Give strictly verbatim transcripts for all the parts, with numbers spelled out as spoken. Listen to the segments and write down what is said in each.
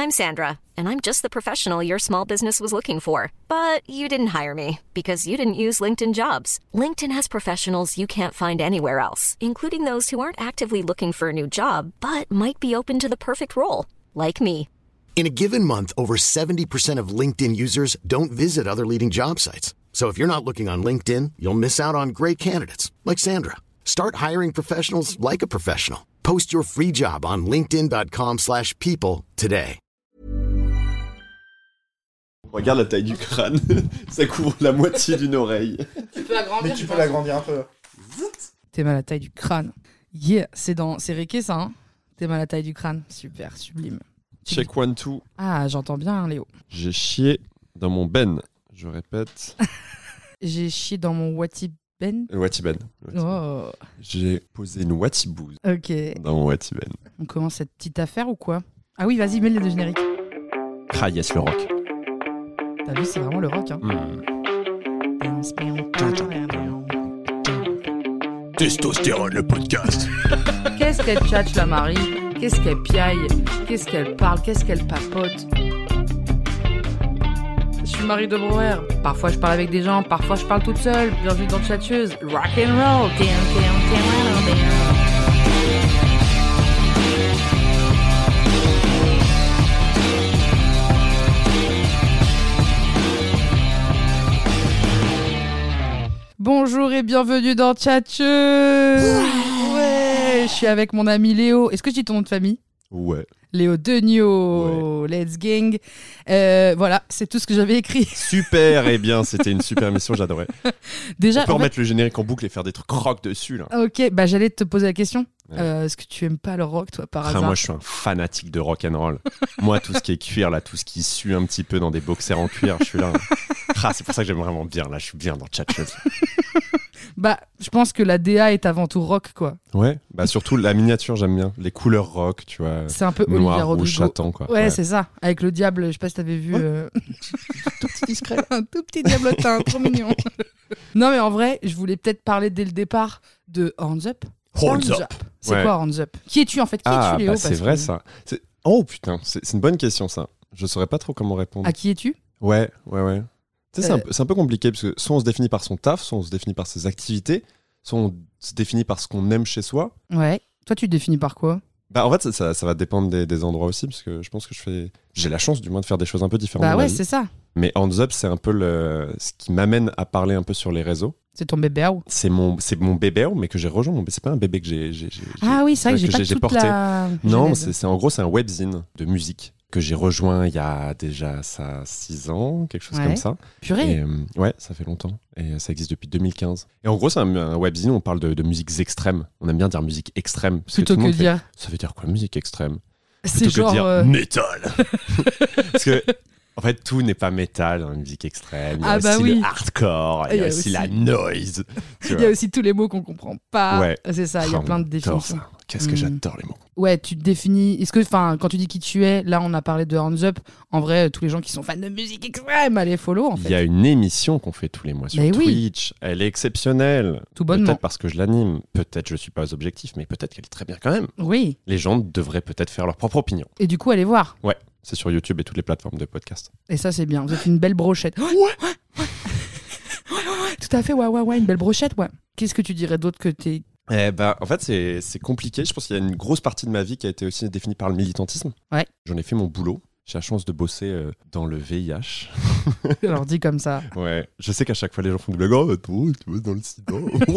I'm Sandra, and I'm just the professional your small business was looking for. But you didn't hire me because you didn't use LinkedIn Jobs. LinkedIn has professionals you can't find anywhere else, including those who aren't actively looking for a new job, but might be open to the perfect role, like me. In a given month, over seventy percent of LinkedIn users don't visit other leading job sites. So if you're not looking on LinkedIn, you'll miss out on great candidates like Sandra. Start hiring professionals like a professional. Post your free job on linkedin.com slash people today. Regarde la taille du crâne, ça couvre la moitié d'une oreille. Tu peux agrandir. Mais tu peux l'agrandir un peu. T'es mal à la taille du crâne. Yeah, c'est dans, c'est Requé ça, hein. T'es mal à la taille du crâne. Super, sublime. Check one, two. Ah, j'entends bien, hein, Léo. J'ai chié dans mon ben. Je répète. J'ai chié dans mon Wati Ben. Le Wati-ben. Oh. J'ai posé une Wati-bouse Ok. dans mon Wati-ben. On commence cette petite affaire ou quoi? Ah oui, vas-y, mets les deux génériques. Ah yes, le rock. T'as vu, c'est vraiment le rock, hein. Mmh. Testostérone, le podcast. Qu'est-ce qu'elle tchatche, la Marie? Qu'est-ce qu'elle piaille? Qu'est-ce qu'elle parle? Qu'est-ce qu'elle papote? Je suis Marie de Brouwer. Parfois je parle avec des gens, parfois je parle toute seule. Bienvenue dans Tchatcheuse. Rock and roll. Bonjour et bienvenue dans Tchatcheuse. Ouais, je suis avec mon ami Léo. Est-ce que tu dis ton nom de famille? Ouais. Léo Denio, ouais. Let's gang. Euh, voilà, c'est tout ce que j'avais écrit. Super, et eh bien, c'était une super émission, j'adorais. Déjà, on peut en remettre fait... le générique en boucle et faire des trucs rock dessus, là. Ok, bah j'allais te poser la question. Ouais. Euh, est-ce que tu aimes pas le rock, toi, par ah, hasard? Moi, je suis un fanatique de rock and roll. Moi, tout ce qui est cuir, là, tout ce qui sue un petit peu dans des boxers en cuir, je suis là. Ah, c'est pour ça que j'aime vraiment bien, là, je suis bien dans Tchatcheuse. Bah, je pense que la D A est avant tout rock, quoi. Ouais, bah surtout la miniature, j'aime bien. Les couleurs rock, tu vois. C'est un peu noir, Olivia rouge, Rodrigo. châtain, quoi. Ouais, Ouais. c'est ça. Avec le diable, je sais pas si t'avais vu. Ouais. Euh... tout petit discret. Un tout petit diablotin, trop mignon. Non, mais en vrai, je voulais peut-être parler dès le départ de Hands Up. Hands Up. C'est Ouais. quoi Hands Up? Qui es-tu en fait? Qui Ah, es-tu, Léo? bah, c'est Parce vrai que... ça. C'est... Oh putain, c'est, c'est une bonne question ça. Je saurais pas trop comment répondre. À qui es-tu? Ouais, ouais, ouais. Tu sais, c'est, Euh... un peu, c'est un peu compliqué parce que soit on se définit par son taf, soit on se définit par ses activités, soit on se définit par ce qu'on aime chez soi. Ouais. Toi, tu te définis par quoi? Bah en fait, ça, ça, ça va dépendre des, des endroits aussi parce que je pense que je fais. J'ai la chance du moins de faire des choses un peu différentes. Bah dans ma ouais, vie. c'est ça. Mais Hands Up, c'est un peu le... ce qui m'amène à parler un peu sur les réseaux. C'est ton bébé ou? C'est mon, c'est mon bébé, mais que j'ai rejoint. Mon... C'est pas un bébé que j'ai. j'ai, j'ai Ah oui, c'est vrai que j'ai pas j'ai toute porté. la... Non, genèse. c'est, c'est en gros c'est un webzine de musique que j'ai rejoint il y a déjà ça six ans, quelque chose Ouais. comme ça. Purée. Et, euh, ouais, ça fait longtemps et ça existe depuis deux mille quinze. Et en gros, c'est un, un webzine où on parle de, de musiques extrêmes. On aime bien dire musique extrême parce Plutôt que, tout que le monde dire. fait, ça veut dire quoi musique extrême? C'est Plutôt genre. que dire euh, métal. Parce que en fait, tout n'est pas métal dans la musique extrême. Il y a Ah aussi bah oui. le hardcore, il y a, aussi, la noise. Tu Il vois. y a aussi tous les mots qu'on comprend pas. Ouais. C'est ça, il y a Oh, plein de j'adore définitions. ça. Qu'est-ce que Mm. j'adore les mots. Ouais, tu te définis. Est-ce que, enfin, quand tu dis qui tu es, là, on a parlé de Hands Up. En vrai, tous les gens qui sont fans de musique extrême, allez follow en Il fait. y a une émission qu'on fait tous les mois sur Mais oui. Twitch. Elle est exceptionnelle. Tout bonnement. Peut-être parce que je l'anime. Peut-être je suis pas objectif, mais peut-être qu'elle est très bien quand même. Oui. Les gens devraient peut-être faire leur propre opinion. Et du coup, allez voir. Ouais, c'est sur YouTube et toutes les plateformes de podcast. Et ça, c'est bien. Vous êtes une belle brochette. Ouais, ouais, ouais. ouais, ouais. Tout à fait. Ouais, ouais, ouais. Une belle brochette. Ouais. Qu'est-ce que tu dirais d'autre que t'es Eh ben, en fait, c'est, c'est compliqué. Je pense qu'il y a une grosse partie de ma vie qui a été aussi définie par le militantisme. Ouais. J'en ai fait mon boulot. J'ai la chance de bosser euh, dans le V I H. Alors dit comme ça. Ouais, je sais qu'à chaque fois les gens font du blague, oh, attends, tu bosses dans le sida.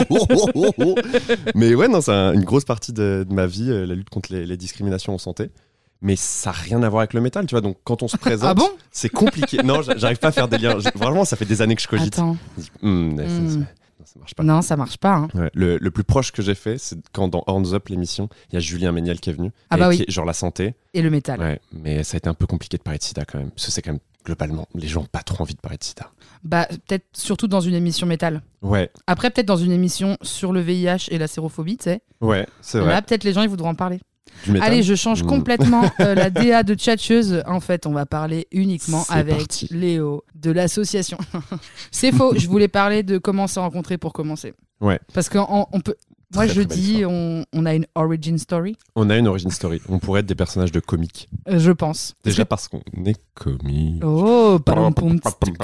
Mais ouais, non, c'est un- une grosse partie de, de ma vie, euh, la lutte contre les, les discriminations en santé. Mais ça n'a rien à voir avec le métal, tu vois. Donc quand on se présente, Ah bon? c'est compliqué. Non, j'a- j'arrive pas à faire des liens. J'ai- Vraiment, ça fait des années que je cogite. Attends. Je dis, Hmm, ouais, c'est- Hmm. c'est- non, ça marche pas. Non, ça marche pas. Hein. Ouais, le, le plus proche que j'ai fait, c'est quand dans Hands Up, l'émission, il y a Julien Méniel qui est venu. Ah et bah qui oui. est- genre la santé. Et le métal. Ouais, mais ça a été un peu compliqué de parler de sida quand même. Parce que c'est quand même, globalement, les gens n'ont pas trop envie de parler de sida. Bah, peut-être surtout dans une émission métal. Ouais, Après, peut-être dans une émission sur le V I H et la sérophobie, tu sais. ouais, c'est vrai. Là, peut-être les gens, ils voudront en parler. Du métal. Allez, je change Mm. complètement euh, la D A de Tchatcheuse. En fait, on va parler uniquement C'est avec parti. Léo de l'association. C'est faux, je voulais parler de comment se rencontrer pour commencer. Ouais. Parce qu'on on peut... Moi, Très, je très belle dis, histoire. on, on a une origin story, On a une origin story. On pourrait être des personnages de comiques. euh, je pense. Déjà parce qu'on est comiques. Oh, pam, pam,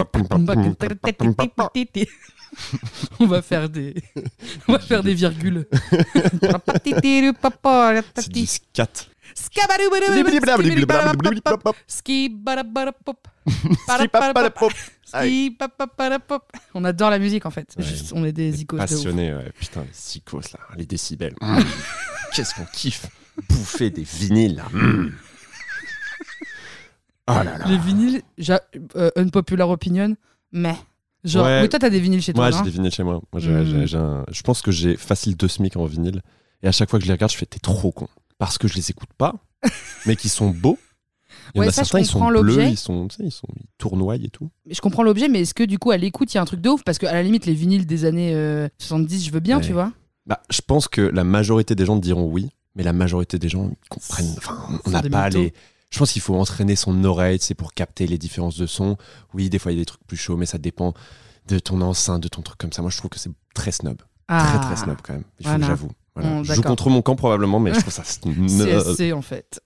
on va faire des, on va faire des virgules. C'est du scat. On adore la musique en fait. Ouais. Juste, on est des icônes. Passionné, ouais. Putain, les psychos là, les décibels. Mmh. Qu'est-ce qu'on kiffe bouffer des vinyles là. Mmh. Oh là là. Les vinyles, j'a- euh, unpopular opinion, mais genre, Ouais. oui, toi t'as des vinyles chez toi, Moi, non j'ai des vinyles chez moi. Moi, j'ai, Mm. j'ai- j'ai un- Je pense que j'ai facile deux SMIC en vinyle. Et à chaque fois que je les regarde, je fais t'es trop con. Parce que je les écoute pas, mais qui sont beaux. Il y en Ouais, a ça, je certains, ils sont comprends bleus, l'objet. ils sont, tu sais, ils sont ils tournoient et tout. Je comprends l'objet, mais est-ce que du coup à l'écoute il y a un truc de ouf? Parce qu'à la limite, les vinyles des années euh, soixante-dix, je veux bien, Ouais. tu vois. Bah, je pense que la majorité des gens diront oui, mais la majorité des gens ils comprennent. Enfin, on Sont n'a des pas mythos. les. Je pense qu'il faut entraîner son oreille, c'est pour capter les différences de son. Oui, des fois il y a des trucs plus chauds, mais ça dépend de ton enceinte, de ton truc comme ça. Moi, je trouve que c'est très snob, Ah, très très snob quand même. Il faut Voilà. que j'avoue. Voilà. Bon, je joue d'accord. contre mon camp probablement, mais je trouve ça C snob. S C en fait.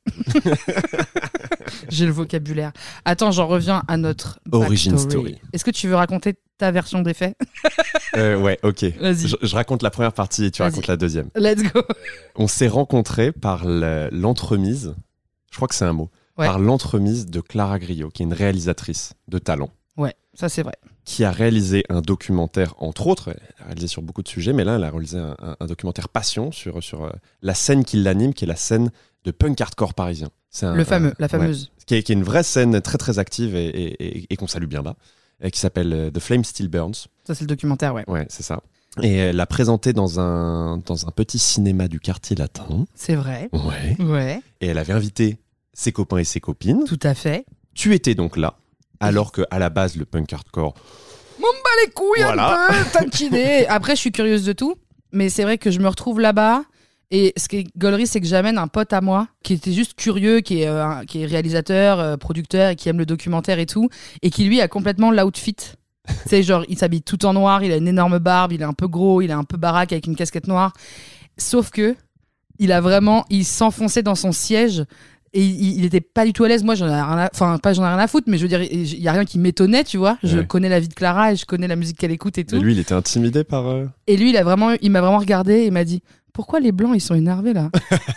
J'ai le vocabulaire. Attends, j'en reviens à notre Origin backstory. story. Est-ce que tu veux raconter ta version des faits? Euh, ouais, ok. Vas-y. Je, je raconte la première partie et tu Vas-y. racontes la deuxième. Let's go. On s'est rencontrés par le- l'entremise, je crois que c'est un mot, Ouais. par l'entremise de Clara Griot, qui est une réalisatrice de talent, Ouais, ça c'est vrai. qui a réalisé un documentaire, entre autres, elle a réalisé sur beaucoup de sujets, mais là, elle a réalisé un, un- un documentaire passion sur, sur euh, la scène qui l'anime, qui est la scène de punk hardcore parisien. C'est un- Le fameux, un- la ouais. fameuse. qui, est, qui est une vraie scène très très active et, et- et- et qu'on salue bien bas, euh, qui s'appelle euh, The Flame Still Burns. Ça c'est le documentaire, ouais. Ouais, c'est ça. Et elle l'a présenté dans un, dans un petit cinéma du quartier latin. C'est vrai. Ouais. Ouais, Et elle avait invité ses copains et ses copines. tout à fait. Tu étais donc là, alors que à la base, le punk hardcore. M'en bats les couilles Voilà. un peu, taquiné. Après, je suis curieuse de tout, mais c'est vrai que je me retrouve là-bas. Et ce qui est gaulerie, c'est que j'amène un pote à moi qui était juste curieux, qui est, euh, un- qui est réalisateur, euh, producteur et qui aime le documentaire et tout, et qui lui a complètement l'outfit. Tu sais, genre, il s'habille tout en noir, il a une énorme barbe, il est un peu gros, il est un peu baraque avec une casquette noire. Sauf que, il a vraiment, il s'enfonçait dans son siège. Et il, il était pas du tout à l'aise. Moi, j'en ai rien à, enfin, pas j'en ai rien à foutre, mais je veux dire, il y a rien qui m'étonnait, tu vois. Je Ouais. connais la vie de Clara et je connais la musique qu'elle écoute et tout. Et lui, il était intimidé par. euh, Et lui, il a vraiment, il m'a vraiment regardé et il m'a dit, pourquoi les blancs ils sont énervés là?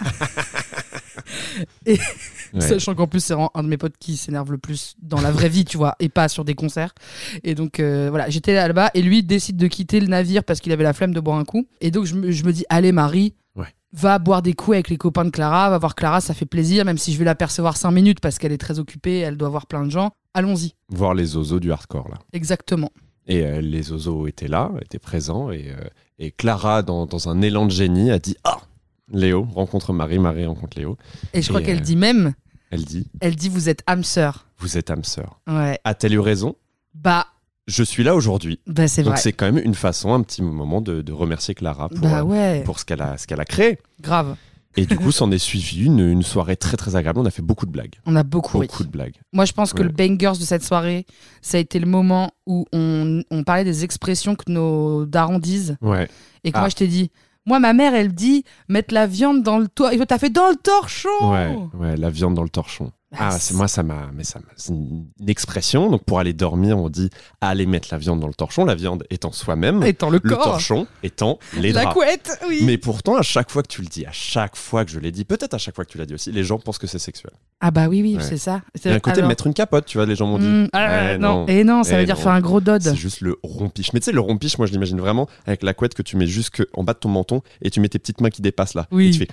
Et Ouais. sachant qu'en plus c'est vraiment un de mes potes qui s'énerve le plus dans la vraie vie, tu vois, et pas sur des concerts. Et donc euh, voilà, j'étais là-bas et lui décide de quitter le navire parce qu'il avait la flemme de boire un coup. Et donc je me, je me dis, allez Marie. Ouais. Va boire des coups avec les copains de Clara, va voir Clara, ça fait plaisir, même si je vais l'apercevoir cinq minutes parce qu'elle est très occupée, elle doit voir plein de gens. Allons-y. Voir les ozos du hardcore, là. Exactement. Et euh, les ozos étaient là, étaient présents. Et, euh, et Clara, dans, dans un élan de génie, a dit Ah, Léo rencontre Marie, Marie rencontre Léo. Et je crois Et, qu'elle euh, dit même, Elle dit elle dit vous êtes âme sœur. Vous êtes âme sœur. Ouais. A-t-elle eu raison? Bah, Je suis là aujourd'hui. bah c'est Donc vrai. c'est quand même une façon, un petit moment de, de remercier Clara pour, Bah euh, ouais, pour ce qu'elle a, ce qu'elle a créé. grave. Et du coup, s'en est suivi une, une soirée très très agréable. On a fait beaucoup de blagues. On a beaucoup ri. Beaucoup de blagues. Moi, je pense que Ouais. le bangers de cette soirée, ça a été le moment où on, on parlait des expressions que nos darons disent. Ouais. Et que Ah. moi, je t'ai dit, moi, ma mère, elle dit mettre la viande dans le toit. Et toi, t'as fait dans le torchon. Ouais, ouais, la viande dans le torchon. Bah, Ah, c'est- c'est moi, ça m'a, mais ça, m'a- c'est une, une expression. Donc pour aller dormir, on dit aller mettre la viande dans le torchon. La viande étant soi-même, Étant le le corps. torchon étant les La draps. couette, oui. Mais pourtant, à chaque fois que tu le dis, à chaque fois que je l'ai dit, peut-être à chaque fois que tu l'as dit aussi, les gens pensent que c'est sexuel. Ah bah oui, oui, Ouais. c'est ça. Il y a un côté Alors- mettre une capote, tu vois, les gens m'ont dit. Hmm, ah, Ouais, non. non. Et non, ça Eh veut dire non. faire un gros dod. C'est juste le rompiche. Mais tu sais, le rompiche, moi je l'imagine vraiment avec la couette que tu mets jusque en bas de ton menton et tu mets tes petites mains qui dépassent là. Oui. Et tu fais.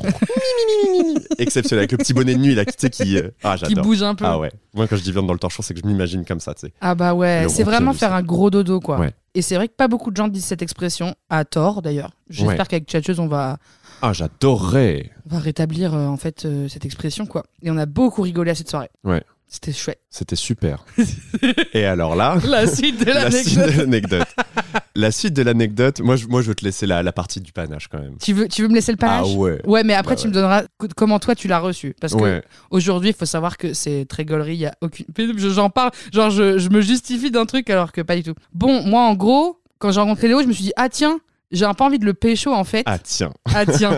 Exceptionnel, avec le petit bonnet de nuit là, tu sais, qui. euh, Ah, Qui j'adore. bouge un peu. Ah ouais. Moi, quand je dis viande dans le torchon, c'est que je m'imagine comme ça, tu sais. Ah bah ouais, Le c'est rompir vraiment du faire sang. un gros dodo, quoi. Ouais. Et c'est vrai que pas beaucoup de gens disent cette expression, à tort d'ailleurs. J'espère Ouais. qu'avec Tchatcheuse, on va, Ah, j'adorerais. on va rétablir euh, en fait euh, cette expression, quoi. Et on a beaucoup rigolé à cette soirée. Ouais. C'était chouette. C'était super. Et alors là. La suite de La suite l'anecdote. de l'anecdote. La suite de l'anecdote, moi je, moi je veux te laisser la, la partie du panache quand même. Tu veux, tu veux me laisser le panache? Ah ouais. Ouais, mais après, Bah tu me donneras co- comment toi tu l'as reçu. Parce que Ouais. aujourd'hui, il faut savoir que c'est très gaulerie. Il y a aucune. Je- J'en parle, genre, je, je me justifie d'un truc alors que pas du tout. Bon, moi, en gros, quand j'ai rencontré Léo, je me suis dit, ah tiens, j'ai un peu envie de le pécho en fait. Ah tiens. Ah tiens.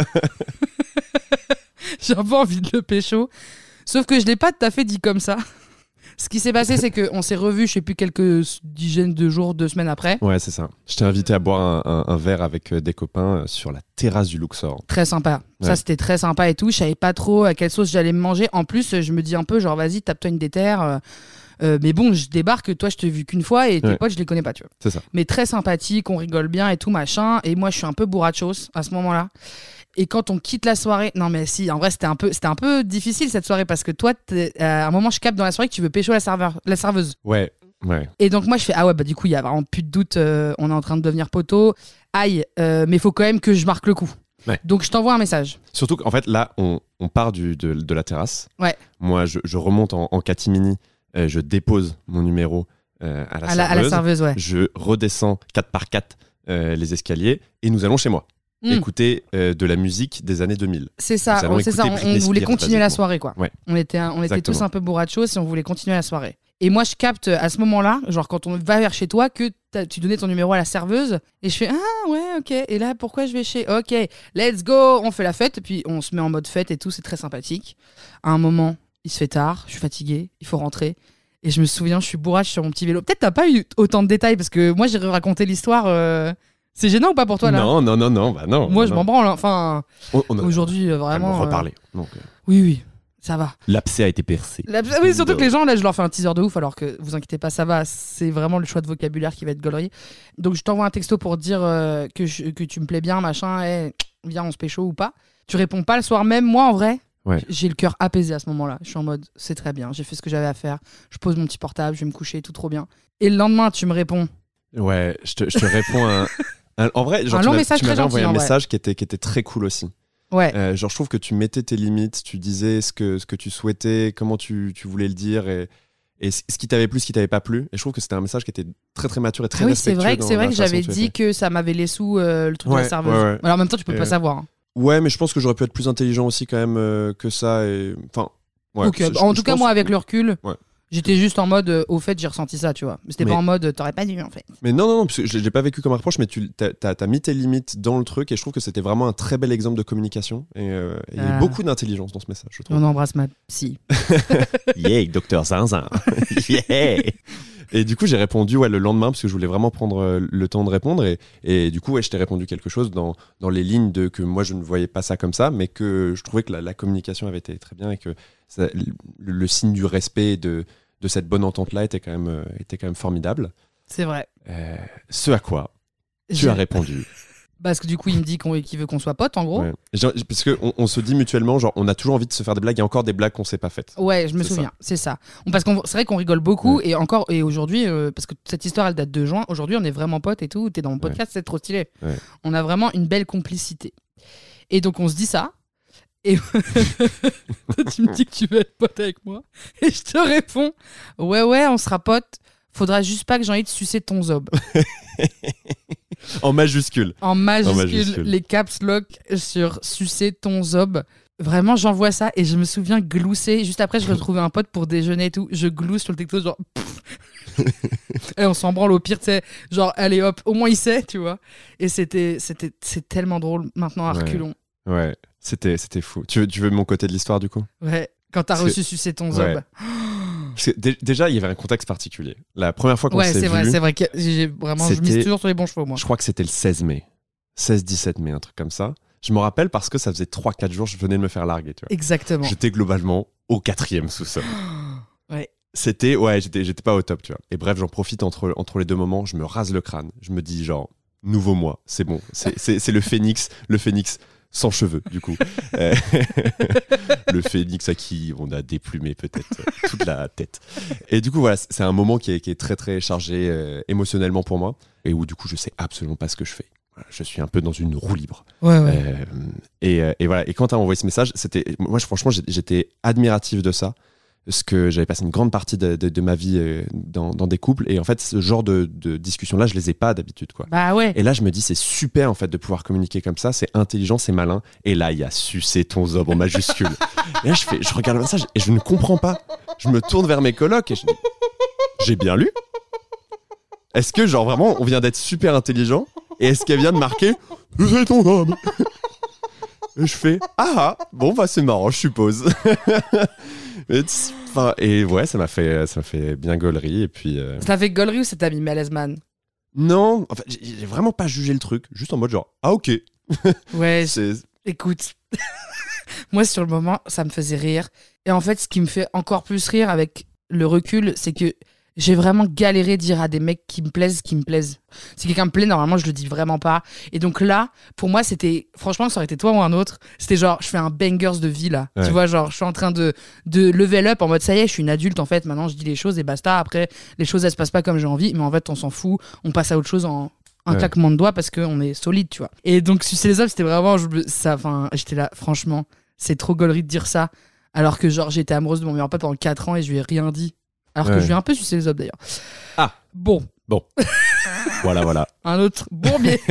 J'ai un peu envie de le pécho. Sauf que je l'ai pas tout à fait dit comme ça. Ce qui s'est passé, c'est qu'on s'est revus, je sais plus, quelques dizaines de jours, deux semaines après. Ouais, c'est ça. Je t'ai invité à boire un, un, un verre avec des copains sur la terrasse du Luxor. Très sympa. Ouais. Ça, c'était très sympa et tout. Je savais pas trop à quelle sauce j'allais me manger. En plus, je me dis un peu, genre, vas-y, tape-toi une déterre. Euh, mais bon, je débarque, toi, je t'ai vu qu'une fois et tes ouais. potes, je les connais pas, tu vois. C'est ça. Mais très sympathique, on rigole bien et tout, machin. Et moi, je suis un peu bourrachos à ce moment-là. Et quand on quitte la soirée, non mais si, en vrai c'était un peu, c'était un peu difficile cette soirée parce que toi, à un moment je capte dans la soirée que tu veux pécho la, serveur, la serveuse. Ouais, ouais. Et donc moi je fais ah ouais bah du coup il y a vraiment plus de doute, euh, on est en train de devenir poteau. Aïe, euh, mais il faut quand même que je marque le coup. Ouais. Donc je t'envoie un message. Surtout qu'en fait là on, on part du, de, de la terrasse. Ouais. Moi je, je remonte en, en catimini, euh, je dépose mon numéro euh, à la à serveuse. La, à la serveuse ouais. Je redescends quatre par quatre euh, les escaliers et nous allons chez moi. Mmh. Écouter euh, de la musique des années deux mille. C'est ça, c'est ça. On, on voulait continuer la soirée, quoi. Ouais. On était, on était tous un peu bourrachos et on voulait continuer la soirée. Et moi, je capte à ce moment-là, genre quand on va vers chez toi, que tu donnais ton numéro à la serveuse. Et je fais ah ouais, ok. Et là, pourquoi je vais chez Ok, let's go. On fait la fête et puis on se met en mode fête et tout. C'est très sympathique. À un moment, il se fait tard. Je suis fatiguée. Il faut rentrer. Et je me souviens, je suis bourrache sur mon petit vélo. Peut-être t'as pas eu autant de détails parce que moi, j'ai raconté l'histoire. Euh... C'est gênant ou pas pour toi là ? Non, non, non, non, bah non. Moi, non, je m'en branle. Enfin, on, on aujourd'hui, vraiment. On va reparler. Euh... Donc, euh... Oui, oui, ça va. L'abcès a été percé. L'abcès... Oui, surtout que les gens, là, je leur fais un teaser de ouf, alors que vous inquiétez pas, ça va. C'est vraiment le choix de vocabulaire qui va être gaulerie. Donc, je t'envoie un texto pour dire euh, que, je, que tu me plais bien, machin. Hey, viens, on se pécho ou pas. Tu réponds pas le soir même. Moi, en vrai, ouais. j'ai le cœur apaisé à ce moment-là. Je suis en mode, c'est très bien. J'ai fait ce que j'avais à faire. Je pose mon petit portable, je vais me coucher, tout trop bien. Et le lendemain, tu me réponds. Ouais, je te, je te réponds à. En vrai, genre, un tu, long m'as, message tu m'avais très envoyé gentil, un en message qui était, qui était très cool aussi. Ouais. Euh, genre, je trouve que tu mettais tes limites, tu disais ce que, ce que tu souhaitais, comment tu, tu voulais le dire et, et ce qui t'avait plu, ce qui t'avait pas plu. Et je trouve que c'était un message qui était très très mature et très ah oui, respectueux. C'est vrai que, c'est vrai que j'avais dit étais. que ça m'avait les sous, euh, le truc ouais, de la serveuse. Ouais, ouais. Alors en même temps, tu peux et pas savoir. Hein. Ouais, mais je pense que j'aurais pu être plus intelligent aussi quand même euh, que ça. Et... Enfin, ouais, okay. En tout cas, pense... moi, avec le recul. Ouais. J'étais juste en mode, euh, au fait, j'ai ressenti ça, tu vois. Mais c'était mais... pas en mode, t'aurais pas dû, en fait. Mais non, non, non, parce que je l'ai pas vécu comme un reproche, mais tu t'as, t'as, t'as mis tes limites dans le truc et je trouve que c'était vraiment un très bel exemple de communication. Et euh, il ah. y a eu beaucoup d'intelligence dans ce message, je trouve. On embrasse ma psy. Yeah, docteur Zinzin. Yeah. Et du coup, j'ai répondu ouais, le lendemain parce que je voulais vraiment prendre le temps de répondre. Et, et du coup, ouais, je t'ai répondu quelque chose dans, dans les lignes de que moi, je ne voyais pas ça comme ça, mais que je trouvais que la, la communication avait été très bien et que ça, le, le signe du respect de, de cette bonne entente-là était quand même, euh, était quand même formidable. C'est vrai. Euh, ce à quoi tu j'ai... as répondu. Parce que du coup, il me dit qu'on, qu'il veut qu'on soit potes, en gros. Ouais. Genre, parce qu'on on se dit mutuellement, genre, on a toujours envie de se faire des blagues. Il y a encore des blagues qu'on s'est pas faites. Ouais, je me c'est souviens. Ça. C'est ça. Parce qu'on, c'est vrai qu'on rigole beaucoup. Ouais. Et encore, et aujourd'hui, euh, parce que cette histoire, elle date de juin. Aujourd'hui, on est vraiment potes et tout. T'es dans mon podcast, ouais. C'est trop stylé. Ouais. On a vraiment une belle complicité. Et donc, on se dit ça. Et tu me dis que tu veux être pote avec moi. Et je te réponds, ouais, ouais, on sera potes. Faudra juste pas que j'ai envie de sucer ton zob. En majuscule. En majuscule, en majuscule, les caps lock sur sucer ton zob. Vraiment, j'envoie ça et je me souviens glousser. Juste après, je retrouvais un pote pour déjeuner et tout. Je glousse sur le texto, genre. Et on s'en branle au pire, tu sais. Genre, allez hop, au moins il sait, tu vois. Et c'était, c'était, c'est tellement drôle maintenant à reculons. Ouais, ouais. C'était, c'était fou. Tu veux, tu veux mon côté de l'histoire du coup ? Ouais, quand t'as reçu sucer ton zob. Ouais. Parce que d- déjà, il y avait un contexte particulier. La première fois qu'on ouais, s'est c'est vu... vrai, c'est vrai que j'ai vraiment, je mise toujours sur les bons chevaux, moi. Je crois que c'était le seize mai. seize dix-sept mai, un truc comme ça. Je me rappelle parce que ça faisait trois quatre jours, je venais de me faire larguer. Tu vois. Exactement. J'étais globalement au quatrième sous-sol. Ouais. C'était... Ouais, j'étais, j'étais pas au top, tu vois. Et bref, j'en profite entre, entre les deux moments. Je me rase le crâne. Je me dis genre, nouveau moi, c'est bon. C'est, c'est, c'est le phénix, le phénix... sans cheveux, du coup. euh, le phénix à qui on a déplumé peut-être toute la tête. Et du coup, voilà, c'est un moment qui est, qui est très, très chargé euh, émotionnellement pour moi et où, du coup, je sais absolument pas ce que je fais. Voilà, je suis un peu dans une roue libre. Ouais, ouais. Euh, et, et voilà. Et quand tu as envoyé ce message, c'était... Moi, franchement, j'étais admiratif de ça. Parce que j'avais passé une grande partie de, de, de ma vie euh, dans, dans des couples et en fait ce genre de, de discussions là je les ai pas d'habitude quoi. Bah ouais. Et là je me dis c'est super en fait de pouvoir communiquer comme ça, c'est intelligent, c'est malin et là il y a sucer ton zob en majuscule. Et là je fais, je regarde le message et je ne comprends pas. Je me tourne vers mes colocs et je dis j'ai bien lu. Est-ce que genre vraiment on vient d'être super intelligent Et est-ce qu'elle vient de marquer « C'est ton homme ?» Et je fais « Ah, bon, bah c'est marrant, je suppose. » et, enfin, et ouais, ça m'a fait, ça m'a fait bien gaulerie. Et puis, euh... Ça t'a fait gaulerie ou ça t'a mis malaise, man? Non, en fait, j'ai, j'ai vraiment pas jugé le truc. Juste en mode genre « Ah, ok. » Ouais, c'est... écoute. Moi, sur le moment, ça me faisait rire. Et en fait, ce qui me fait encore plus rire avec le recul, c'est que j'ai vraiment galéré à dire à des mecs qui me plaisent, qui me plaisent. Si quelqu'un me plaît, normalement, je le dis vraiment pas. Et donc là, pour moi, c'était... Franchement, ça aurait été toi ou un autre. C'était genre, je fais un bangers de vie, là. Ouais. Tu vois, genre, je suis en train de, de level up en mode, ça y est, je suis une adulte, en fait. Maintenant, je dis les choses et basta. Après, les choses, elles se passent pas comme j'ai envie. Mais en fait, on s'en fout. On passe à autre chose en... un ouais. claquement de doigts parce qu'on est solide, tu vois. Et donc, sucer les hommes, c'était vraiment... Je, ça, enfin, j'étais là, franchement, c'est trop gaulerie de dire ça. Alors que, genre, j'étais amoureuse de mon meilleur pote pendant quatre ans et je lui ai rien dit. Alors ouais. que je lui ai un peu sucé les hommes, d'ailleurs. Ah Bon. Bon. voilà, voilà. Un autre bourbier.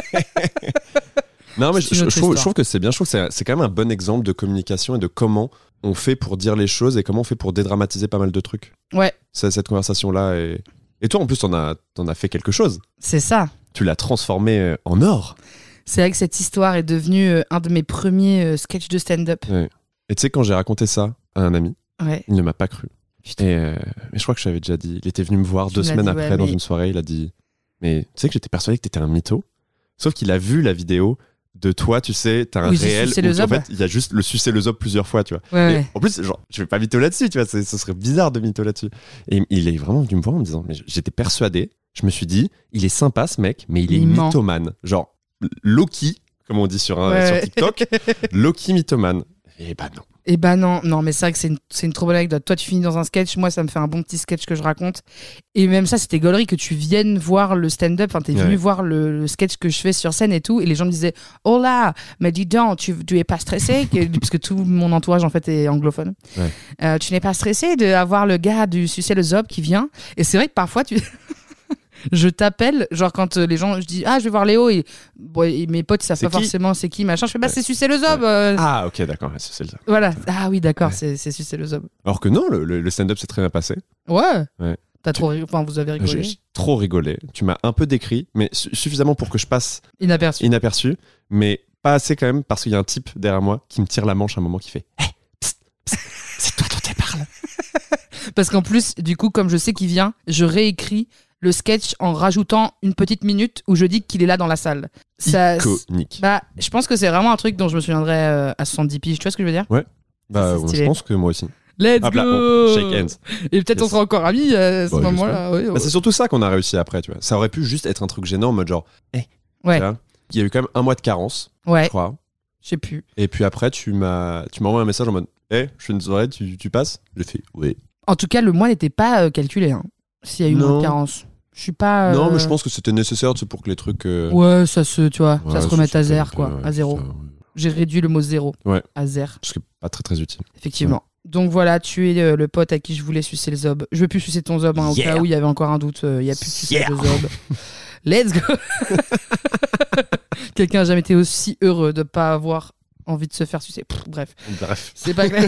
Non, mais je, je, je, trouve, je trouve que c'est bien. Je trouve que c'est, c'est quand même un bon exemple de communication et de comment on fait pour dire les choses et comment on fait pour dédramatiser pas mal de trucs. Ouais. C'est, cette conversation-là. Et, et toi, en plus, t'en as, t'en as fait quelque chose. C'est ça. Tu l'as transformé en or. C'est vrai que cette histoire est devenue un de mes premiers sketchs de stand-up. Ouais. Et tu sais, quand j'ai raconté ça à un ami, ouais. il ne m'a pas cru. Et euh, mais je crois que je t'avais déjà dit. Il était venu me voir tu deux semaines dit, après ouais, dans mais... une soirée. Il a dit mais tu sais que j'étais persuadé que t'étais un mytho. Sauf qu'il a vu la vidéo de toi, tu sais, t'as un oui, réel où le en fait il y a juste le sucer le zob plusieurs fois, tu vois. Ouais, et ouais. En plus, genre, je vais pas mytho là-dessus, tu vois. C'est, ce serait bizarre de mytho là-dessus. Et il est vraiment venu me voir en me disant mais j'étais persuadé. Je me suis dit il est sympa ce mec, mais il est il mythomane. Genre Loki, comme on dit sur un ouais. sur TikTok, Loki mythomane. Et bah non. Et bah non, non, mais c'est vrai que c'est une, c'est une trop bonne anecdote. Toi, tu finis dans un sketch, moi, ça me fait un bon petit sketch que je raconte. Et même ça, c'était gaulerie que tu viennes voir le stand-up. Enfin, t'es venu ouais. voir le, le sketch que je fais sur scène et tout. Et les gens me disaient, oh là, mais dis donc, tu, tu es pas stressé parce que tout mon entourage, en fait, est anglophone. Ouais. Euh, tu n'es pas stressé d'avoir le gars du sucer le zob qui vient. Et c'est vrai que parfois, tu... je t'appelle, genre quand euh, les gens, je dis ah je vais voir Léo et, bon, et mes potes ils savent c'est pas qui forcément c'est qui machin, je fais bah ouais. c'est sucer le zob. Euh... Ah ok d'accord, c'est sucer le zob. Voilà, ah oui d'accord, ouais. c'est, c'est sucer le zob. Alors que non, le, le stand-up s'est très bien passé. Ouais. ouais. T'as tu... trop, ri... enfin vous avez rigolé. J'ai, j'ai trop rigolé. Tu m'as un peu décrit, mais su- suffisamment pour que je passe inaperçu. Inaperçu, mais pas assez quand même parce qu'il y a un type derrière moi qui me tire la manche à un moment qui fait hey, psst, psst, c'est toi dont tu parles. Parce qu'en plus, du coup, comme je sais qu'il vient, je réécris le sketch en rajoutant une petite minute où je dis qu'il est là dans la salle. Ça, iconique. Bah, je pense que c'est vraiment un truc dont je me souviendrai euh, à soixante-dix piges. Tu vois ce que je veux dire? Ouais. Bah, ouais, je pense que moi aussi. Let's Hop go. Là, bon, shake hands. Et peut-être yes. on sera encore amis à ce bah, moment-là. Oui, bah, ouais. C'est surtout ça qu'on a réussi après, tu vois. Ça aurait pu juste être un truc gênant en mode genre, hé. Hey, ouais. Il y a eu quand même un mois de carence, ouais. je crois. Je sais plus. Et puis après, tu m'as, tu m'as envoyé un message en mode, hé, hey, je fais une soirée, tu, tu passes? J'ai fait, oui. En tout cas, le mois n'était pas euh, calculé. Hein, s'il y a eu non. moins de carence. Je suis pas. Euh... Non, mais je pense que c'était nécessaire pour que les trucs. Euh... Ouais, ça se, tu vois, ouais, ça se remette à zéro, quoi, ouais, à zéro. Ça, ouais. J'ai réduit le mot zéro ouais. à zéro. Ce qui n'est pas très très utile. Effectivement. Ouais. Donc voilà, tu es euh, le pote à qui je voulais sucer le zob. Je veux plus sucer ton zob, hein, yeah. au cas où il y avait encore un doute. Il euh, y a plus de sucer yeah. le zob. Let's go. Quelqu'un n'a jamais été aussi heureux de pas avoir envie de se faire sucer. Pff, bref. Bref. C'est pas clair.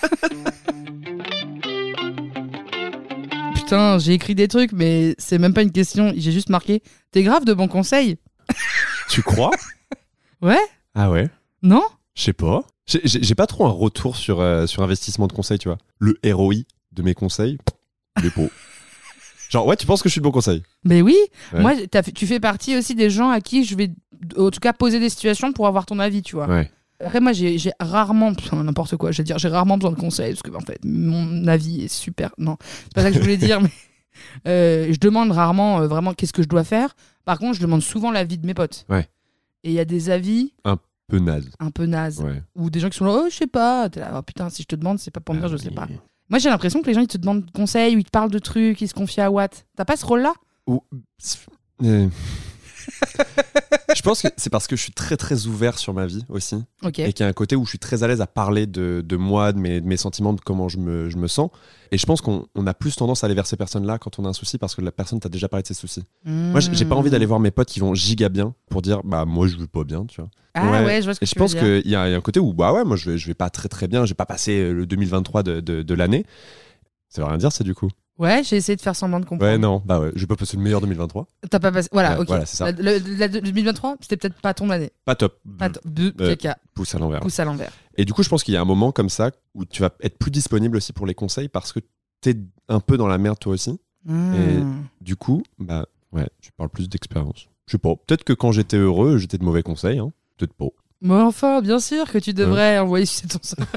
Putain, j'ai écrit des trucs, mais c'est même pas une question. J'ai juste marqué « T'es grave de bons conseils ». Tu crois? Ouais. Ah ouais? Non? Je sais pas. J'ai, j'ai, j'ai pas trop un retour sur, euh, sur investissement de conseils, tu vois. Le R O I de mes conseils, des pots. Genre, ouais, tu penses que je suis de bons conseils? Mais oui. Ouais. Moi, t'as fait, tu fais partie aussi des gens à qui je vais, en tout cas, poser des situations pour avoir ton avis, tu vois. Ouais. Après, moi, j'ai, j'ai rarement, putain, n'importe quoi, je veux dire, j'ai rarement besoin de conseils, parce que, en fait, mon avis est super. Non, c'est pas ça que je voulais dire, mais euh, je demande rarement euh, vraiment qu'est-ce que je dois faire. Par contre, je demande souvent l'avis de mes potes. Ouais. Et il y a des avis. Un peu naze. Un peu naze. Ouais. Ou des gens qui sont là, oh, je sais pas. T'es là, oh putain, si je te demande, c'est pas pour me dire, ah, je sais mais... pas. Moi, j'ai l'impression que les gens, ils te demandent conseils, ou ils te parlent de trucs, ils se confient à Watt. T'as pas ce rôle-là? Ou... Euh... Je pense que c'est parce que je suis très très ouvert sur ma vie aussi. Okay. Et qu'il y a un côté où je suis très à l'aise à parler de, de moi, de mes, de mes sentiments, de comment je me, je me sens. Et je pense qu'on on a plus tendance à aller vers ces personnes-là quand on a un souci parce que la personne t'a déjà parlé de ses soucis. Mmh. Moi, j'ai pas envie d'aller voir mes potes qui vont giga bien pour dire bah moi je vais pas bien, tu vois. Ah ouais, ouais je vois ce que et tu je pense veux dire. qu'il y, y a un côté où bah ouais, moi je vais, je vais pas très très bien, j'ai pas passé le deux mille vingt-trois de, de, de l'année. Ça veut rien dire ça du coup. Ouais, j'ai essayé de faire semblant de comprendre. Ouais, non, bah ouais, j'ai pas passé le meilleur deux mille vingt-trois. T'as pas passé. Voilà, Ouais, ok. voilà, c'est ça. La- le- la- deux mille vingt-trois, c'était peut-être pas ton année. Pas top. Attends, deux, Euh, caca, Pouce à l'envers. pouce à l'envers. Et du coup, je pense qu'il y a un moment comme ça où tu vas être plus disponible aussi pour les conseils parce que t'es un peu dans la merde toi aussi. Mmh. Du coup, bah ouais, tu parles plus d'expérience. Je sais pas, peut-être que quand j'étais heureux, j'étais de mauvais conseils, hein. Peut-être pas. Mais enfin, bien sûr que tu devrais envoyer sur ton sort.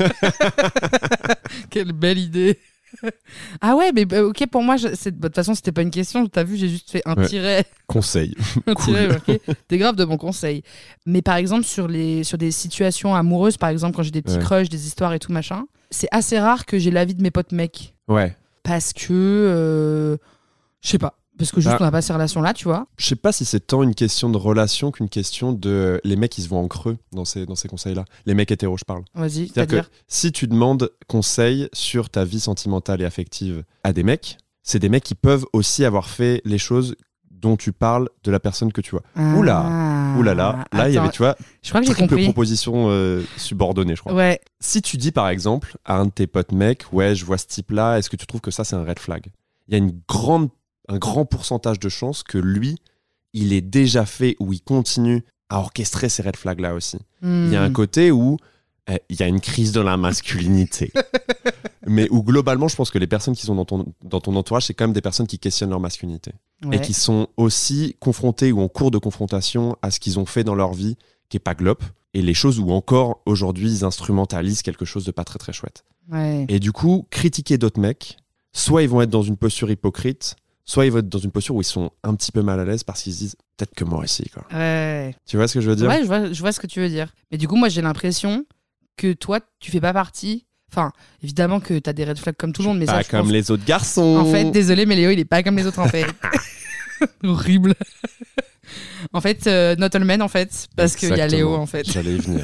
Quelle belle idée. Ah ouais, mais bah, ok, pour moi, je- c'est- bah, de toute façon, c'était pas une question. T'as vu, j'ai juste fait un Ouais. tiret. Conseil. un Cool. tiret marqué. T'es grave de bons conseils. Mais par exemple, sur, les, sur des situations amoureuses, par exemple, quand j'ai des petits Ouais. crushs, des histoires et tout machin, c'est assez rare que j'ai l'avis de mes potes mecs. Ouais. Parce que. euh, je sais pas. Parce que juste, Ah. on n'a pas ces relations-là, tu vois. Je sais pas si c'est tant une question de relation qu'une question de les mecs ils se voient en creux dans ces, dans ces conseils-là. Les mecs hétéros, je parle. Vas-y, C'est-à-dire c'est-à-dire. que si tu demandes conseil sur ta vie sentimentale et affective à des mecs, c'est des mecs qui peuvent aussi avoir fait les choses dont tu parles de la personne que tu vois. Oula, Ah. oulala, là il y Attends, avait, tu vois, je crois que j'ai triple compris. proposition euh, subordonnée, je crois. Ouais. Si tu dis par exemple à un de tes potes mecs, ouais, je vois ce type-là, est-ce que tu trouves que ça c'est un red flag ? Il y a une grande, un grand pourcentage de chances que lui, il ait déjà fait ou il continue à orchestrer ces red flags-là aussi. Il y a un Hmm. côté où euh, il y a une crise de la masculinité. Mais où globalement, je pense que les personnes qui sont dans ton, dans ton entourage, c'est quand même des personnes qui questionnent leur masculinité. Ouais. Et qui sont aussi confrontés ou en cours de confrontation à ce qu'ils ont fait dans leur vie, qui est pas glop, et les choses où encore aujourd'hui ils instrumentalisent quelque chose de pas très très chouette. Ouais. Et du coup, critiquer d'autres mecs, soit ils vont être dans une posture hypocrite, soit ils vont être dans une posture où ils sont un petit peu mal à l'aise parce qu'ils se disent peut-être que moi aussi, quoi. Ouais. Tu vois ce que je veux dire ? Ouais, je vois, je vois ce que tu veux dire. Mais du coup, moi, j'ai l'impression que toi, tu fais pas partie. Enfin, évidemment que t'as des red flags comme tout le monde, mais Pas ça, je comme pense- les autres garçons. En fait, désolé, mais Léo, il est pas comme les autres, en fait. Horrible. En fait, euh, not all men, en fait, parce qu'il y a Léo, Exactement. en fait. J'allais y venir.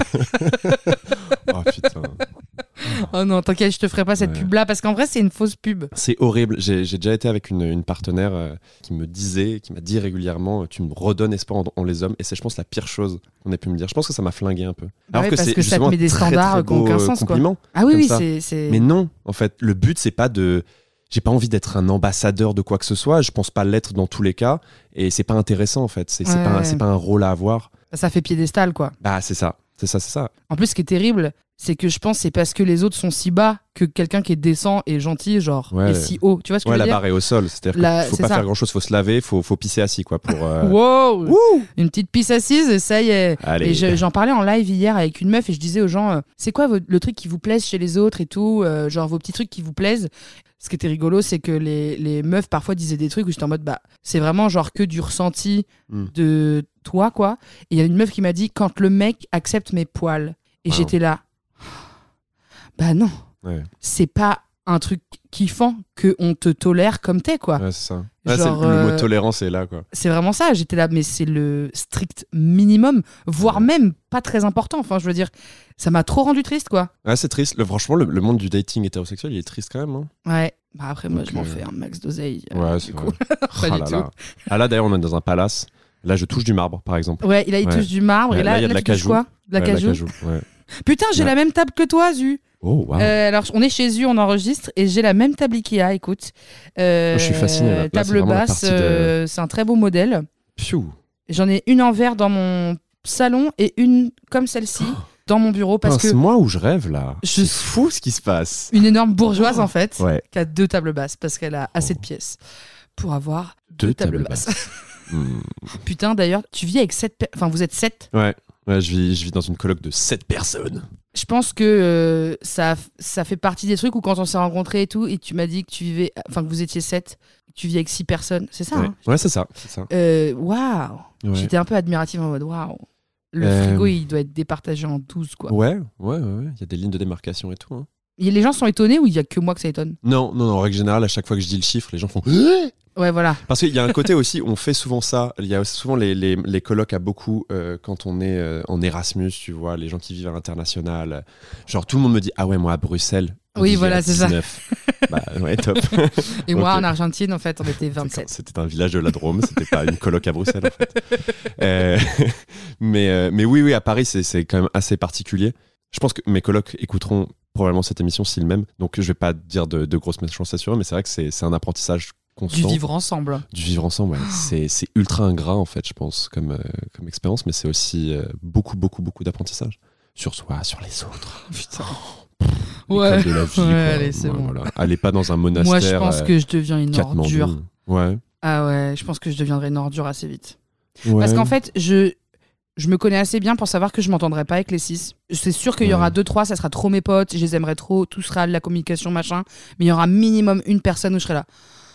Oh putain. Oh non, t'inquiète, je te ferai pas cette Ouais. pub-là, parce qu'en vrai, c'est une fausse pub. C'est horrible. J'ai j'ai déjà été avec une, une partenaire euh, qui me disait, qui m'a dit régulièrement, euh, tu me redonnes espoir en, en les hommes. Et c'est, je pense, la pire chose qu'on ait pu me dire. Je pense que ça m'a flingué un peu. Bah ouais, parce que ça te met des standards qui ont aucun sens, quoi. compliment. Ah oui, Comme oui, ça. c'est. c'est- Mais non, en fait, le but, c'est pas de. J'ai pas envie d'être un ambassadeur de quoi que ce soit. Je pense pas l'être dans tous les cas. Et c'est pas intéressant, en fait. C'est c'est Ouais, pas, un- ouais. c'est pas un rôle à avoir. Ça fait piédestal, quoi. Bah, c'est ça. C'est ça, c'est ça. En plus, ce qui est terrible, c'est que je pense que c'est parce que les autres sont si bas que quelqu'un qui est décent et gentil, genre, Ouais. est si haut. Tu vois ce que Ouais, je la veux dire? barre est au sol. C'est-à-dire La- qu'il faut c'est pas ça. faire grand-chose. Faut se laver. Faut, faut pisser assis, quoi. Pour, euh, Wow Wouh Une petite pisse assise, et ça y est. Allez. Et je- j'en parlais en live hier avec une meuf et je disais aux gens, euh, c'est quoi vo- le truc qui vous plaise chez les autres et tout, euh, genre vos petits trucs qui vous plaisent. Ce qui était rigolo, c'est que les, les meufs parfois disaient des trucs où j'étais en mode, bah, c'est vraiment genre que du ressenti Mm. de toi, quoi. Et il y a une meuf qui m'a dit, quand le mec accepte mes poils. Et Wow. j'étais là, bah non, Ouais. c'est pas un truc kiffant qu'on te tolère comme t'es, quoi. Ouais, c'est ça. Ouais, c'est- Genre, le mot euh, tolérance est là, quoi. C'est vraiment ça, j'étais là, mais c'est le strict minimum, voire Ouais. même pas très important. Enfin, je veux dire, ça m'a trop rendu triste, quoi. Ouais, c'est triste. Le, franchement, le, le monde du dating hétérosexuel, il est triste quand même. Hein. Ouais. Bah après, moi, Donc, je m'en euh, fais un max d'oseille. euh, Ouais, du c'est coup. vrai. Pas Ah du là tout. là. Ah là, d'ailleurs, on est dans un palace. Là, je touche du marbre, par exemple. Ouais, il a, il Ouais. touche du marbre, Ouais, et là, là, il y a de là, la tu touches cajou. quoi De la Ouais, cajou. ouais. Putain, j'ai Ouais. la même table que toi, Zu. Oh, waouh. Euh, alors, on est chez Zu, on enregistre, et j'ai la même table Ikea, écoute. Euh, Oh, je suis fasciné, là. Là, c'est Table vraiment la basse, partie de- euh, c'est un très beau modèle. Piou. J'en ai une en verre dans mon salon et une comme celle-ci dans mon bureau parce Pince, que moi où je rêve, là. Je- C'est fou ce qui se passe. une énorme bourgeoise en fait Ouais. qui a deux tables basses parce qu'elle a assez Oh. de pièces pour avoir deux, Deux tables, tables basses. Hmm. Putain, d'ailleurs, tu vis avec sept pe- enfin vous êtes sept. Ouais. Ouais, je vis, je vis dans une coloc de sept personnes. Je pense que euh, ça ça fait partie des trucs où quand on s'est rencontrés et tout et tu m'as dit que tu vivais enfin que vous étiez sept, que tu vis avec six personnes, c'est ça ouais, hein ouais c'est ça. C'est ça. Euh, waouh. Ouais. J'étais un peu admirative en mode waouh. Le Euh, frigo, il doit être départagé en douze quoi. Ouais, ouais, ouais, ouais. Il y a des lignes de démarcation et tout. Hein. Et les gens sont étonnés ou il y a que moi que ça étonne? Non, non, non, en règle générale, à chaque fois que je dis le chiffre, les gens font. Ouais, voilà. Parce qu'il y a un côté aussi, on fait souvent ça. Il y a souvent les, les, les colocs à beaucoup euh, quand on est euh, en Erasmus, tu vois, les gens qui vivent à l'international. Genre, tout le monde me dit ah ouais, moi à Bruxelles. on Oui, vivait voilà, à c'est ça. dix-neuf. Bah ouais, top. Et moi, Ok. en Argentine, en fait, on était vingt-sept. C'était un village de la Drôme, c'était pas une coloc à Bruxelles en fait. Euh, mais, euh, mais oui, oui, à Paris, c'est c'est quand même assez particulier. Je pense que mes colocs écouteront probablement cette émission s'ils m'aiment, donc je vais pas dire de, de grosses méchancetés sur eux, mais c'est vrai que c'est, c'est un apprentissage constant. Du vivre ensemble. Du vivre ensemble, ouais. c'est, c'est ultra ingrat en fait, je pense, comme, euh, comme expérience, mais c'est aussi euh, beaucoup, beaucoup, beaucoup d'apprentissage. Sur soi, sur les autres. Putain. Ouais. De la vie, ouais, quoi. allez, c'est ouais, bon. Voilà. Allez pas dans un monastère. Moi, je pense euh, que je deviens une Katmandou. ordure. Ouais. Ah ouais, je pense que je deviendrai une ordure assez vite. ouais. Parce qu'en fait, je, je me connais assez bien pour savoir que je m'entendrai pas avec les six. C'est sûr qu'il y aura Ouais. deux, trois, ça sera trop mes potes, je les aimerais trop, tout sera de la communication, machin. Mais il y aura minimum une personne où je serai là.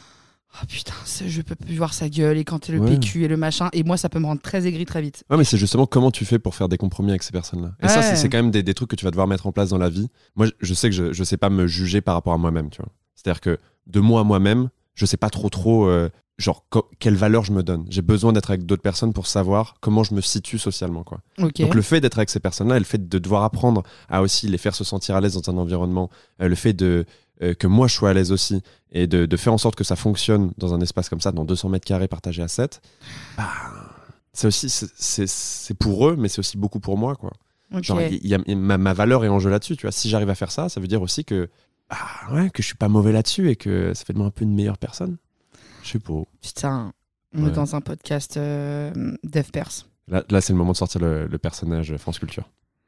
Oh putain, c'est- je peux plus voir sa gueule et quand t'es le Ouais. P Q et le machin. Et moi, ça peut me rendre très aigri très vite. Ouais, mais c'est justement comment tu fais pour faire des compromis avec ces personnes-là. Et ça, Ouais. c'est, c'est quand même des, des trucs que tu vas devoir mettre en place dans la vie. Moi, je, je sais que je, je sais pas me juger par rapport à moi-même, tu vois. C'est-à-dire que de moi à moi-même, je sais pas trop trop, euh, genre, co- quelle valeur je me donne. J'ai besoin d'être avec d'autres personnes pour savoir comment je me situe socialement, quoi. Ok. Donc le fait d'être avec ces personnes-là, et le fait de devoir apprendre à aussi les faire se sentir à l'aise dans un environnement, euh, le fait de euh, que moi je sois à l'aise aussi, et de, de faire en sorte que ça fonctionne dans un espace comme ça, dans deux cents mètres carrés partagés à sept, bah, c'est aussi c'est, c'est, c'est pour eux, mais c'est aussi beaucoup pour moi, quoi. Ok. Genre, il y a, ma, ma valeur est en jeu là-dessus, tu vois. Si j'arrive à faire ça, ça veut dire aussi que bah, ouais, que je suis pas mauvais là-dessus et que ça fait de moi un peu une meilleure personne. Je sais pas. Putain, on Ouais. est dans un podcast euh, Dev Perse. Là, là, c'est le moment de sortir le, le personnage France Culture.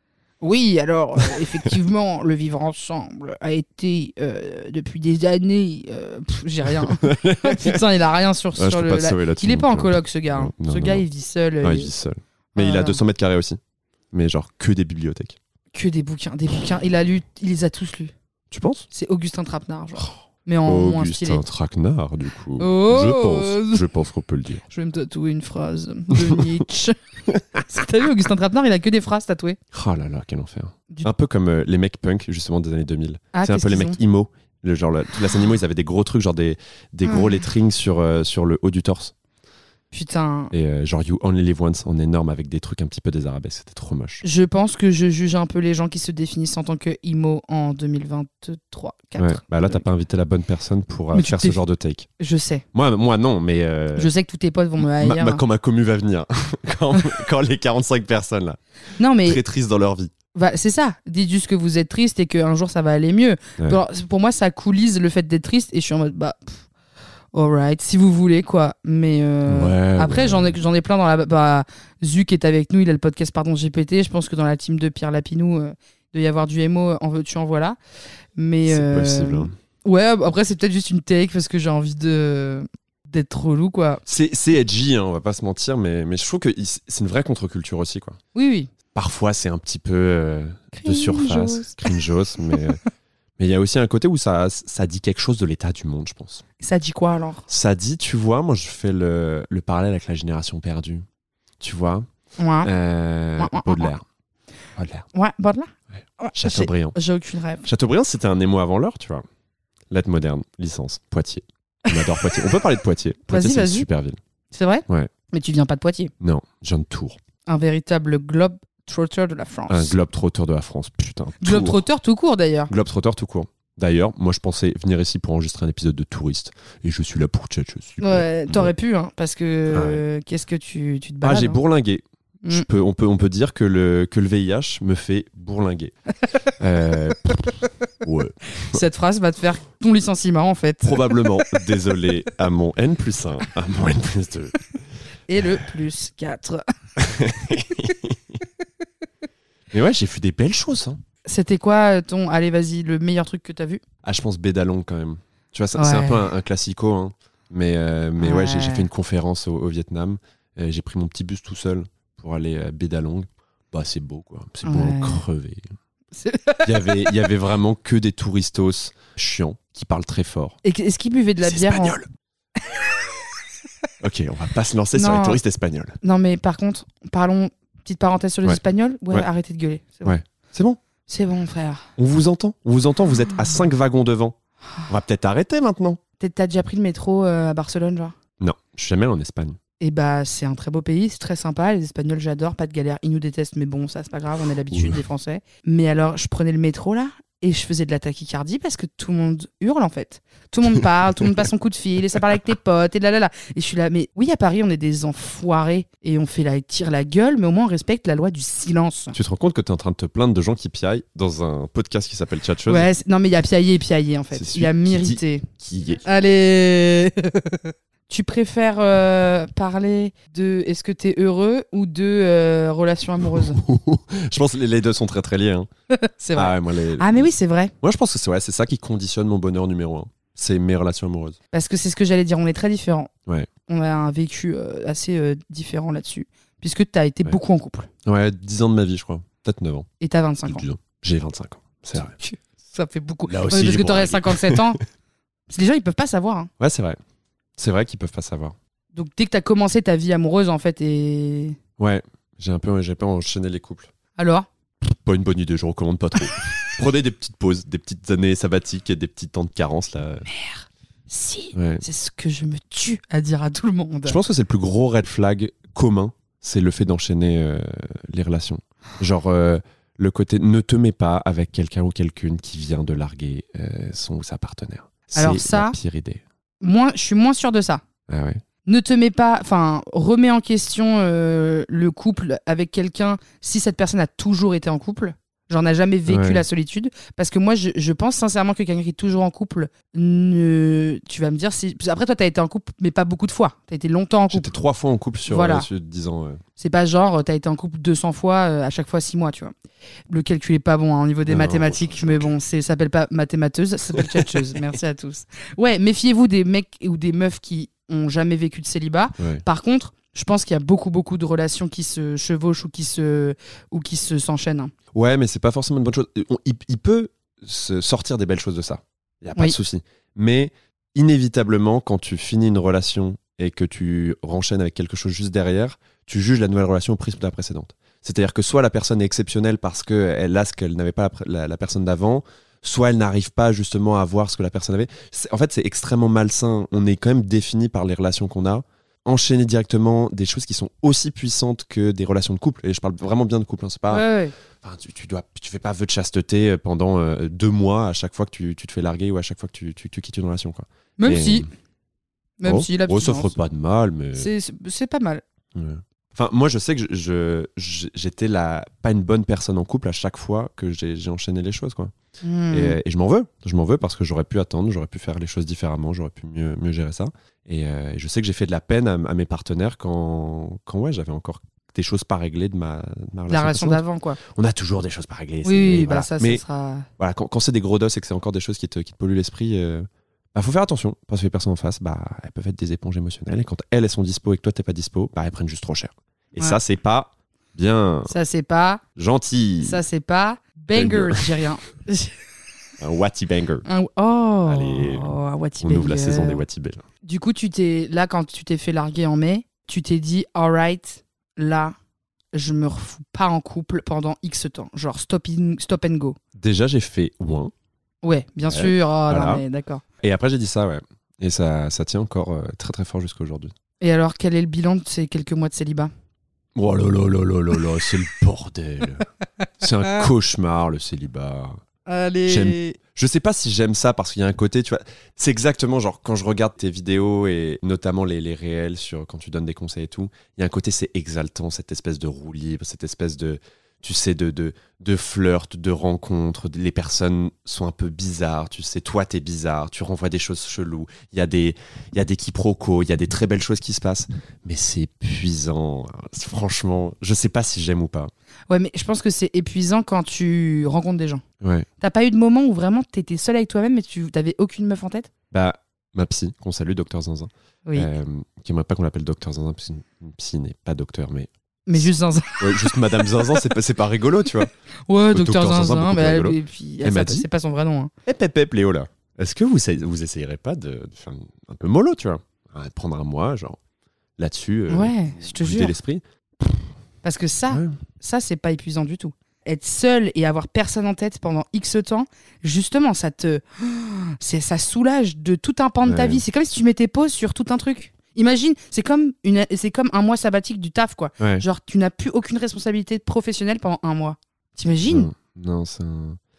Oui, alors, euh, effectivement, le vivre ensemble a été, euh, depuis des années... euh, pff, j'ai rien. Putain, il a rien sur, Ouais, je sur peux le... pas te la- sauver là-dessus. Il est pas en donc, euh, coloc, ce gars. hein. non, ce non, gars, non. il vit seul. Non, euh, il il- vit seul. Mais il a Voilà. deux cents mètres carrés aussi. Mais genre que des bibliothèques. Que des bouquins, des bouquins. Il a lu, il les a tous lus. Tu penses? C'est Augustin Trapenard, genre. Mais en moins stylé. Augustin Traquenard, du coup. Oh. Je pense. Je pense qu'on peut le dire. Je vais me tatouer une phrase de Nietzsche. Parce que t'as vu, Augustin Trapenard, il a que des phrases tatouées. Oh là là, quel enfer. Du- Un peu comme euh, les mecs punk, justement, des années deux mille. Ah, c'est un qu'est-ce peu les qu'ils mecs ont emo. Le, genre, la, toute la scène emo, ils avaient des gros trucs, genre des, des gros Ah. lettrings sur, euh, sur le haut du torse. Putain. Et euh, genre You Only Live Once en énorme avec des trucs un petit peu des arabesques. C'était trop moche. Je pense que je juge un peu les gens qui se définissent en tant que emo en deux mille vingt-trois quatre. Ouais. Bah là, t'as pas invité la bonne personne pour euh, Mais tu faire t'es- ce genre de take. Je sais. Moi, moi non, mais. euh, Je sais que tous tes potes vont me ma- haïr. ma- quand ma commu va venir. quand, quand les quarante-cinq personnes, là, Non, mais très tristes dans leur vie. va- c'est ça. Dites juste que vous êtes triste et qu'un jour ça va aller mieux. Ouais. Alors, pour moi, ça coulise le fait d'être triste et je suis en mode, bah, pff, alright, si vous voulez, quoi. Mais euh, Ouais, après, ouais. j'en ai, j'en ai plein dans la. Bah, Zuc est avec nous, il a le podcast Pardon G P T. Je pense que dans la team de Pierre Lapinou, euh, il doit y avoir du émo, en veux-tu, en voilà. Mais, C'est euh, possible. hein. Ouais, après, c'est peut-être juste une take parce que j'ai envie de d'être relou, quoi. C'est, c'est edgy, hein, on va pas se mentir, mais, mais je trouve que il- c'est une vraie contre-culture aussi, quoi. Oui, oui. Parfois, c'est un petit peu euh, de surface, Cringeos. cringeos, mais euh, mais il y a aussi un côté où ça, ça dit quelque chose de l'état du monde, je pense. Ça dit quoi alors? Ça dit, tu vois, moi je fais le, le parallèle avec la génération perdue. Tu vois Ouais. euh, Ouais, ouais, Baudelaire. Baudelaire. Ouais, bon là. Ouais. Ouais, Chateaubriand. J'ai j'ai aucune rêve. Chateaubriand, c'était un émo avant l'heure, tu vois. Lettre moderne, licence, Poitiers. On adore Poitiers. On peut parler de Poitiers. Poitiers, Vas-y, c'est une vas-y. super ville. C'est vrai? Ouais. Mais tu viens pas de Poitiers. Non, je viens de Tours. Un véritable globe trotter de la France. Un globe-trotteur de la France, putain. Globe Tours. trotter tout court d'ailleurs. Globe-trotteur tout court. D'ailleurs, moi je pensais venir ici pour enregistrer un épisode de Touriste. Et je suis là pour tchatcher. super. Ouais, t'aurais pu, hein, parce que Ouais. euh, qu'est-ce que tu, tu te Ah, balades j'ai hein. bourlingué. Mm. Je peux, on, peut, on peut dire que le, que le V I H me fait bourlinguer. Euh, ouais, Cette phrase va te faire ton licenciement en fait. probablement. Désolé à mon N plus un, à mon N plus deux. Et le plus quatre. Mais ouais, j'ai vu des belles choses. Hein. C'était quoi ton. Allez, vas-y, le meilleur truc que t'as vu? Ah, je pense Bédalong quand même. Tu vois, ça, c'est Ouais. un peu un, un classico. Hein. Mais, euh, mais ouais, Ouais. j'ai, j'ai fait une conférence au, au Vietnam. Euh, j'ai pris mon petit bus tout seul pour aller à Bédalong. Bah, c'est beau, quoi. C'est beau Ouais. en crever. C'est- Il y avait, il y avait vraiment que des touristos chiants qui parlent très fort. Et est-ce qu'ils buvaient de la C'est bière en- espagnol. Ok, on va pas se lancer sur Non. les touristes espagnols. Non, mais par contre, parlons. Petite parenthèse sur les Ouais. Espagnols. Ouais, Ouais. arrêtez de gueuler. C'est bon. Ouais. C'est bon, C'est bon, frère. on vous entend. On vous entend, vous êtes à cinq wagons devant. On va peut-être arrêter maintenant. Peut-être t'as déjà pris le métro euh, à Barcelone, genre? Non, je suis jamais allé en Espagne. Et bah, c'est un très beau pays, c'est très sympa. Les Espagnols, j'adore, pas de galère. Ils nous détestent, mais bon, ça, c'est pas grave, on a l'habitude Ouf. des Français. Mais alors, je prenais le métro là, et je faisais de la tachycardie parce que tout le monde hurle en fait. Tout le monde parle, tout le monde passe son coup de fil et ça parle avec tes potes et là là là. Et je suis là, mais oui, à Paris, on est des enfoirés et on fait la tire la gueule, mais au moins on respecte la loi du silence. Tu te rends compte que tu es en train de te plaindre de gens qui piaillent dans un podcast qui s'appelle Chat Chose. Ouais, non mais il y a piaillé et piaillé en fait. Il y a mérité. Qui est... Allez. Tu préfères euh, parler de est-ce que t'es heureux ou de euh, relations amoureuses? Je pense que les deux sont très très liés. Hein. C'est vrai. Ah, ouais, moi, les... ah mais oui, c'est vrai. Moi je pense que c'est, ouais, c'est ça qui conditionne mon bonheur numéro un. C'est mes relations amoureuses. Parce que c'est ce que j'allais dire, on est très différents. Ouais. On a un vécu euh, assez euh, différent là-dessus. Puisque t'as été ouais. beaucoup en couple. Ouais, dix ans de ma vie je crois. Peut-être neuf ans. Et t'as vingt-cinq ans. ans. J'ai vingt-cinq ans, c'est vrai. Ça fait beaucoup. Là Ouais, aussi, parce que bon, t'aurais allez. cinquante-sept ans. Parce que les gens, ils peuvent pas savoir. Hein. Ouais, c'est vrai. C'est vrai qu'ils peuvent pas savoir. Donc dès que t'as commencé ta vie amoureuse, en fait, et... Ouais, j'ai un peu, j'ai pas enchaîné les couples. Alors? Pas une bonne idée, je recommande pas trop. Prenez des petites pauses, des petites années sabbatiques et des petits temps de carence là. Merde. Si, Ouais. c'est ce que je me tue à dire à tout le monde. Je pense que c'est le plus gros red flag commun, c'est le fait d'enchaîner euh, les relations. Genre euh, le côté ne te mets pas avec quelqu'un ou quelqu'une qui vient de larguer euh, son ou sa partenaire. C'est Alors ça, la pire idée. Moins, je suis moins sûre de ça. Ah ouais. Ne te mets pas, enfin, remets en question euh, le couple avec quelqu'un si cette personne a toujours été en couple. Genre n'a jamais vécu Ouais. la solitude. Parce que moi, je, je pense sincèrement que quelqu'un qui est toujours en couple, ne... tu vas me dire si. Après, toi, t'as été en couple, mais pas beaucoup de fois. T'as été longtemps en couple. J'étais trois fois en couple sur, Voilà. euh, sur dix ans. Ouais. C'est pas genre, t'as été en couple deux cents fois, euh, à chaque fois six mois, tu vois. Le calcul est pas bon hein, au niveau des Non, mathématiques, bon, mais bon, c'est, ça s'appelle pas mathémateuse, ça s'appelle tchatcheuse. Merci à tous. Ouais, méfiez-vous des mecs ou des meufs qui ont jamais vécu de célibat. Ouais. Par contre, je pense qu'il y a beaucoup, beaucoup de relations qui se chevauchent ou qui se, ou qui se s'enchaînent. hein. Ouais, mais c'est pas forcément une bonne chose. On- il, il peut se sortir des belles choses de ça. Il n'y a pas Oui. de souci. Mais inévitablement, quand tu finis une relation et que tu renchaînes avec quelque chose juste derrière, tu juges la nouvelle relation au prisme de la précédente. C'est-à-dire que soit la personne est exceptionnelle parce qu'elle a ce qu'elle n'avait pas la, pr- la- la personne d'avant, soit elle n'arrive pas justement à voir ce que la personne avait. C'est- en fait, c'est extrêmement malsain. On est quand même défini par les relations qu'on a. Enchaîner directement des choses qui sont aussi puissantes que des relations de couple. Et je parle vraiment bien de couple. Hein. C'est pas, Ouais, ouais. Enfin, tu, tu dois, tu fais pas vœu de chasteté pendant euh, deux mois à chaque fois que tu, tu te fais larguer ou à chaque fois que tu, tu, tu quittes une relation. Quoi. Même Et- si, même oh, si la oh, ça ferait pas de mal, mais. c'est, c'est, c'est pas mal. Ouais. Enfin, moi, je sais que je, je- je- j'étais la, pas une bonne personne en couple à chaque fois que j'ai, j'ai enchaîné les choses. Quoi. Hmm. Et, et je m'en veux. Je m'en veux parce que j'aurais pu attendre, j'aurais pu faire les choses différemment, j'aurais pu mieux, mieux gérer ça. Et, euh, et je sais que j'ai fait de la peine à, à mes partenaires quand, quand ouais, j'avais encore des choses pas réglées de ma, de ma relation. La relation précédente. d'avant, quoi. On a toujours des choses pas réglées. Oui, c'est- oui, voilà. bah ça, Mais ça sera. voilà, quand, quand c'est des gros dos et que c'est encore des choses qui te, qui te polluent l'esprit, euh, bah, faut faire attention. Parce que les personnes en face, bah, elles peuvent être des éponges émotionnelles. Et quand elles, elles sont dispo et que toi, t'es pas dispo, bah, elles prennent juste trop cher. Et Ouais. ça, c'est pas bien Ça, c'est pas. gentil. Ça, c'est pas. Banger, Banger. j'ai rien. Un Watty Banger. Un- Oh, Allez, un Watty On ouvre la banger. saison des Watty Bell. Du coup, tu t'es là quand tu t'es fait larguer en mai, tu t'es dit, alright, là, je me refous pas en couple pendant X temps, genre stop, in- stop and go. Déjà, j'ai fait ouin. Ouais, bien Ouais, sûr. Oh, non, voilà. mais d'accord. Et après, j'ai dit ça, ouais. Et ça, ça tient encore euh, très très fort jusqu'à aujourd'hui. Et alors, quel est le bilan de ces quelques mois de célibat? Oh là là là là là là, c'est le bordel. C'est un cauchemar, le célibat. Allez. J'aime- Je sais pas si j'aime ça parce qu'il y a un côté, tu vois, c'est exactement genre quand je regarde tes vidéos et notamment les, les réels sur quand tu donnes des conseils et tout, il y a un côté, c'est exaltant, cette espèce de roue libre, cette espèce de, tu sais, de, de, de flirt, de rencontre, les personnes sont un peu bizarres, tu sais, toi t'es bizarre, tu renvoies des choses cheloues, il y a des, il y a des quiproquos, il y a des très belles choses qui se passent, mais c'est épuisant, franchement, je sais pas si j'aime ou pas. Ouais, mais je pense que c'est épuisant quand tu rencontres des gens. Ouais. T'as pas eu de moment où vraiment t'étais seul avec toi-même mais tu t'avais aucune meuf en tête? Bah, ma psy, qu'on salue, docteur Zinzin. Oui. Euh, qui aimerait pas qu'on l'appelle docteur Zinzin, parce qu'une psy n'est pas docteur, mais. mais juste Zinzin. Ouais, juste Madame Zinzin, c'est pas, c'est pas rigolo, tu vois. Ouais, Docteur docteur Zinzin, Zinzin. beaucoup bah, plus rigolo. et puis, Elle ça, m'a dit- c'est pas son vrai nom. hein. Eh, pep, pep, Léo, là. Est-ce que vous, vous essayerez pas de, de faire un peu mollo, tu vois, de prendre un mois, genre, là-dessus, euh, Ouais, je te vider jure. l'esprit. Parce que ça, Ouais. ça, c'est pas épuisant du tout. Être seul et avoir personne en tête pendant X temps, justement, ça te. C'est, ça soulage de tout un pan de ta Ouais. vie. C'est comme si tu mettais pause sur tout un truc. Imagine, c'est comme, une, c'est comme un mois sabbatique du taf, quoi. Ouais. Genre, tu n'as plus aucune responsabilité professionnelle pendant un mois. T'imagines? Non, non, c'est un...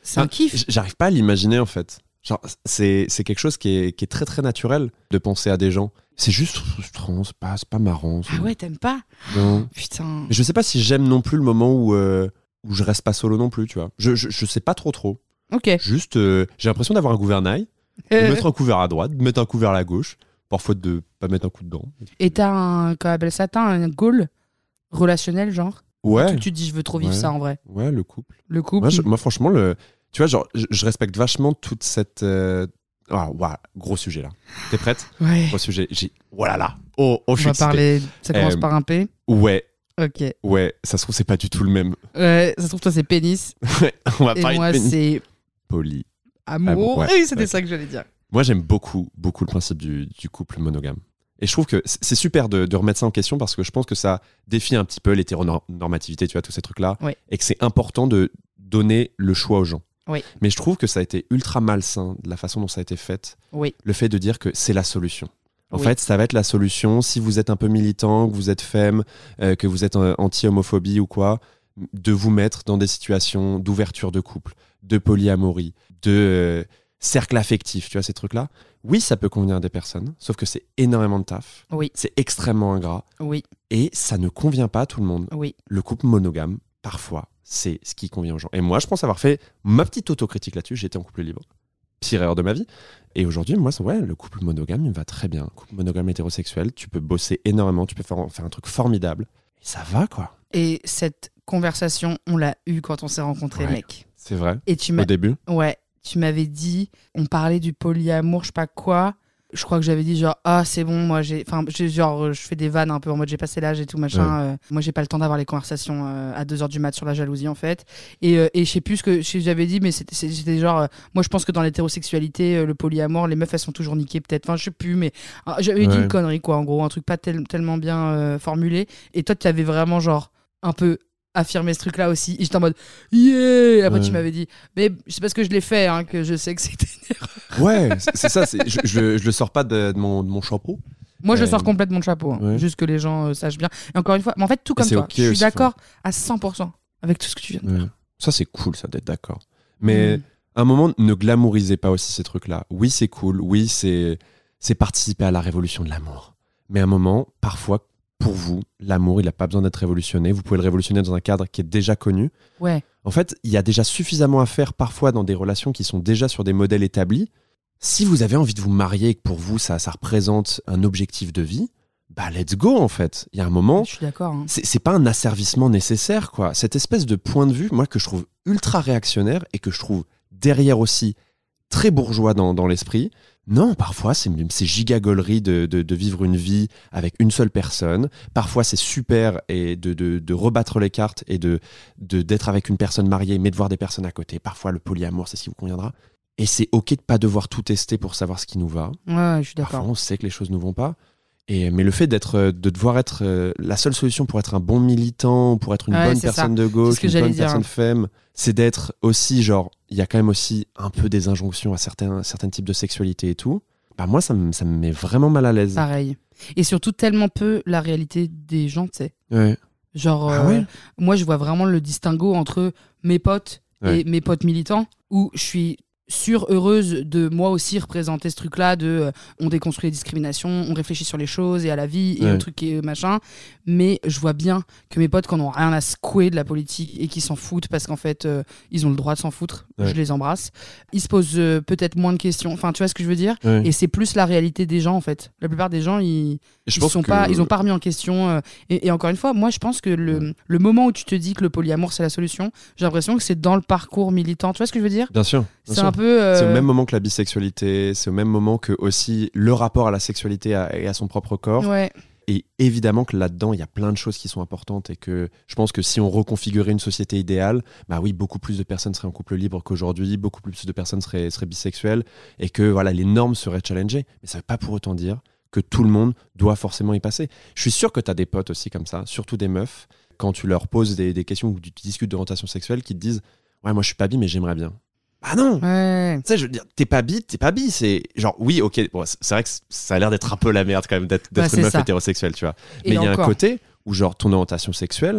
C'est un Enfin, kiff. j- J'arrive pas à l'imaginer en fait. Genre, c'est, c'est quelque chose qui est, qui est très très naturel de penser à des gens. C'est juste frustrant, c'est pas, c'est pas marrant. c'est- Ah ouais, t'aimes pas? Non. Putain. Mais je sais pas si j'aime non plus le moment où, euh, où je reste pas solo non plus, tu vois. Je, je, je sais pas trop trop. Ok. Juste, euh, j'ai l'impression d'avoir un gouvernail, de mettre un couvert à droite, de mettre un couvert à la gauche, parfois de pas mettre un coup dedans. Et t'as un, comment on appelle ça, t'as un goal relationnel, genre? Un Ouais, truc que tu te dis, je veux trop vivre Ouais. ça en vrai. ouais, le couple. Le couple. Moi, je- moi, franchement, le, tu vois, genre, je, je respecte vachement toute cette. euh, Ah, ouah, gros sujet là. T'es prête? Ouais. Gros sujet. J'ai. Voilà là. Oh, oh, je On suis va excité. parler. Ça commence Euh, par un P. Ouais, Ok. ouais. Ça se trouve, c'est pas du tout le même. Ouais, ça se trouve, toi, c'est pénis. On va Et parler moi, de pénis. c'est Poli. amour. Amour, ouais. Oui, c'était Ouais. ça que j'allais dire. Moi, j'aime beaucoup, beaucoup le principe du, du couple monogame. Et je trouve que c'est c'est super de, de remettre ça en question parce que je pense que ça défie un petit peu l'hétéronormativité, tu vois, tous ces trucs-là. Oui. Et que c'est important de donner le choix aux gens. Oui. Mais je trouve que ça a été ultra malsain de la façon dont ça a été fait. Oui. Le fait de dire que c'est la solution. En Oui. fait, ça va être la solution si vous êtes un peu militant, que vous êtes femme, euh, que vous êtes euh, anti-homophobie ou quoi, de vous mettre dans des situations d'ouverture de couple, de polyamorie, de euh, cercle affectif, tu vois, ces trucs-là. Oui, ça peut convenir à des personnes, sauf que c'est énormément de taf. Oui. C'est extrêmement ingrat Oui. et ça ne convient pas à tout le monde. Oui. Le couple monogame, parfois, c'est ce qui convient aux gens. Et moi, je pense avoir fait ma petite autocritique là-dessus. J'étais en couple libre. Pire erreur de ma vie. Et aujourd'hui, moi, c'est- ouais, le couple monogame, il me va très bien. Couple monogame hétérosexuel, tu peux bosser énormément, tu peux faire, faire un truc formidable. Et ça va, quoi. Et cette conversation, on l'a eue quand on s'est rencontrés, Ouais. mec. C'est vrai. Et tu Au m'as. début. Ouais. Tu m'avais dit, on parlait du polyamour, je sais pas quoi. Je crois que j'avais dit genre, ah, c'est bon, moi j'ai. Enfin, j'ai- genre, je fais des vannes un peu en mode j'ai passé l'âge et tout, machin. euh, moi, j'ai pas le temps d'avoir les conversations euh, à deux heures du mat sur la jalousie, en fait. Et, euh, et je sais plus ce que je- j'avais dit, mais c'était c'est- c'était genre, euh, moi, je pense que dans l'hétérosexualité, euh, le polyamour, les meufs, elles sont toujours niquées, peut-être. Enfin, je sais plus, mais ah, j'avais dit Ouais. une connerie, quoi, en gros, un truc pas tel- tellement bien euh, formulé. Et toi, tu avais vraiment, genre, un peu affirmé ce truc-là aussi. Et j'étais en mode, yeah! Et après, Ouais. tu m'avais dit, mais c'est parce que je l'ai fait, hein, que je sais que c'était une erreur. Ouais, c'est c'est ça. c'est- Je, je, je le sors pas de, de mon, de mon chapeau. Moi, je Euh, sors complètement de chapeau, hein. ouais. Juste que les gens euh, sachent bien. Et encore une fois, mais en fait, tout comme c'est toi, ok je suis aussi, d'accord à cent pour cent avec tout ce que tu viens de dire. Ouais. Ça, c'est cool, ça, d'être d'accord. Mais Mm. à un moment, ne glamourisez pas aussi ces trucs-là. Oui, c'est cool. Oui, c'est c'est participer à la révolution de l'amour. Mais à un moment, parfois, pour vous, l'amour, il n'a pas besoin d'être révolutionné. Vous pouvez le révolutionner dans un cadre qui est déjà connu. Ouais, En fait, il y a déjà suffisamment à faire parfois dans des relations qui sont déjà sur des modèles établis. Si vous avez envie de vous marier et que pour vous, ça, ça représente un objectif de vie, bah let's go en fait. Il y a un moment, je suis d'accord. hein. c'est c'est pas un asservissement nécessaire, quoi. Cette espèce de point de vue, moi, que je trouve ultra réactionnaire et que je trouve derrière aussi très bourgeois dans, dans l'esprit. Non, parfois, c'est c'est giga gaulerie de, de, de vivre une vie avec une seule personne. Parfois, c'est super et de, de, de rebattre les cartes et de de- d'être avec une personne mariée, mais de voir des personnes à côté. Parfois, le polyamour, c'est ce qui vous conviendra. Et c'est ok de pas devoir tout tester pour savoir ce qui nous va. Ouais, ouais, je suis Parfois, d'accord. on sait que les choses ne vont pas. Et, mais le fait d'être, euh, de devoir être euh, la seule solution pour être un bon militant, pour être une Ouais, bonne c'est personne ça. de C'est gauche, ce que une j'allais bonne dire. personne femme, c'est d'être aussi, genre, il y a quand même aussi un peu des injonctions à certains, certains types de sexualité et tout. Bah moi, ça me, ça me met vraiment mal à l'aise. Pareil. Et surtout, tellement peu la réalité des gens, tu sais. Ouais. Genre, Ah euh, ouais moi, je vois vraiment le distinguo entre mes potes Ouais. et mes potes militants, où je suis sûre, heureuse de moi aussi représenter ce truc-là de euh, on déconstruit les discriminations, on réfléchit sur les choses et à la vie et Ouais. au truc et machin. Mais je vois bien que mes potes, quand on rien à secouer de la politique et qui s'en foutent parce qu'en fait, euh, ils ont le droit de s'en foutre, Ouais. je les embrasse. Ils se posent euh, peut-être moins de questions. Enfin, tu vois ce que je veux dire? Ouais. Et c'est plus la réalité des gens, en fait. La plupart des gens, ils Je ils pense sont que- pas ils ont pas remis en question euh, et, et encore une fois moi je pense que le, le moment où tu te dis que le polyamour c'est la solution, j'ai l'impression que c'est dans le parcours militant, tu vois ce que je veux dire? Bien sûr. bien C'est sûr. un peu euh, C'est au même moment que la bisexualité, c'est au même moment que aussi le rapport à la sexualité à- et à son propre corps. ouais Et évidemment que là-dedans, il y a plein de choses qui sont importantes et que je pense que si on reconfigurait une société idéale, bah oui, beaucoup plus de personnes seraient en couple libre qu'aujourd'hui, beaucoup plus de personnes seraient, seraient bisexuelles et que voilà, les normes seraient challengées. Mais ça ne veut pas pour autant dire que tout le monde doit forcément y passer. Je suis sûr que tu as des potes aussi comme ça, surtout des meufs, quand tu leur poses des, des questions ou tu discutes d'orientation sexuelle, qui te disent « Ouais, moi je suis pas bi, mais j'aimerais bien. » Ah non, ouais tu sais, je veux dire, t'es pas bi, t'es pas bi, c'est genre, oui, ok, bon, c'est c'est vrai que ça a l'air d'être un peu la merde quand même, d'être d'être Ouais, c'est une meuf ça. hétérosexuelle, tu vois. Et Mais il y a un encore. côté où, genre, ton orientation sexuelle,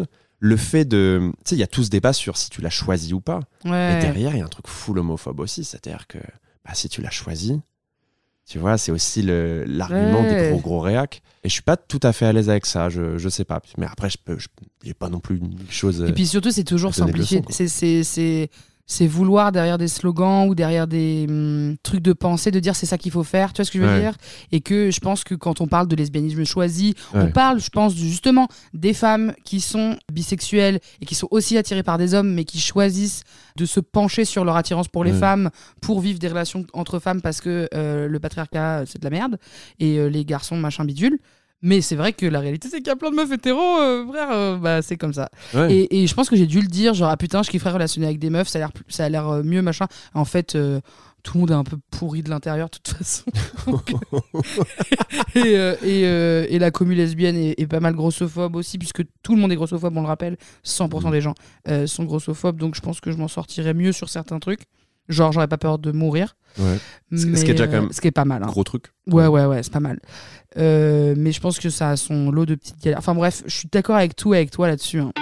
le fait de... Tu sais, il y a tout ce débat sur si tu l'as choisi ou pas. Ouais. Et derrière, il y a un truc full homophobe aussi. C'est-à-dire que bah, si tu l'as choisi, tu vois, c'est aussi le, l'argument Ouais. des gros gros réacs. Et je suis pas tout à fait à l'aise avec ça, je, je sais pas. Mais après, je peux, je, j'ai pas non plus une chose... Et puis surtout, c'est toujours donner de simplifié. leçons, quoi. C'est, c'est, c'est, c'est vouloir derrière des slogans ou derrière des hum, trucs de pensée, de dire c'est ça qu'il faut faire, tu vois ce que je veux Ouais. dire? Et que je pense que quand on parle de lesbianisme choisi, on Ouais. parle, je pense, justement des femmes qui sont bisexuelles et qui sont aussi attirées par des hommes, mais qui choisissent de se pencher sur leur attirance pour les Ouais. femmes, pour vivre des relations entre femmes parce que euh, le patriarcat, c'est de la merde, et euh, les garçons, machin bidule. Mais c'est vrai que la réalité, c'est qu'il y a plein de meufs hétéros, euh, frère, euh, bah, c'est comme ça. Ouais. Et, et je pense que j'ai dû le dire, genre, ah putain, je kifferais relationner avec des meufs, ça a l'air, plus- ça a l'air euh, mieux, machin. En fait, euh, tout le monde est un peu pourri de l'intérieur, de toute façon. Donc, et, euh, et, euh, et la commu lesbienne est, est pas mal grossophobe aussi, puisque tout le monde est grossophobe, on le rappelle. cent pour cent Mm. des gens euh, sont grossophobes, donc je pense que je m'en sortirais mieux sur certains trucs. Genre, j'aurais pas peur de mourir. Ouais. Ce- ce qui est Mais, déjà quand même euh, ce qui est pas mal. Hein. Gros truc. Ouais, ouais, ouais, c'est pas mal. Euh, mais je pense que ça a son lot de petites galères. Enfin bref, je suis d'accord avec tout avec toi là-dessus. hein.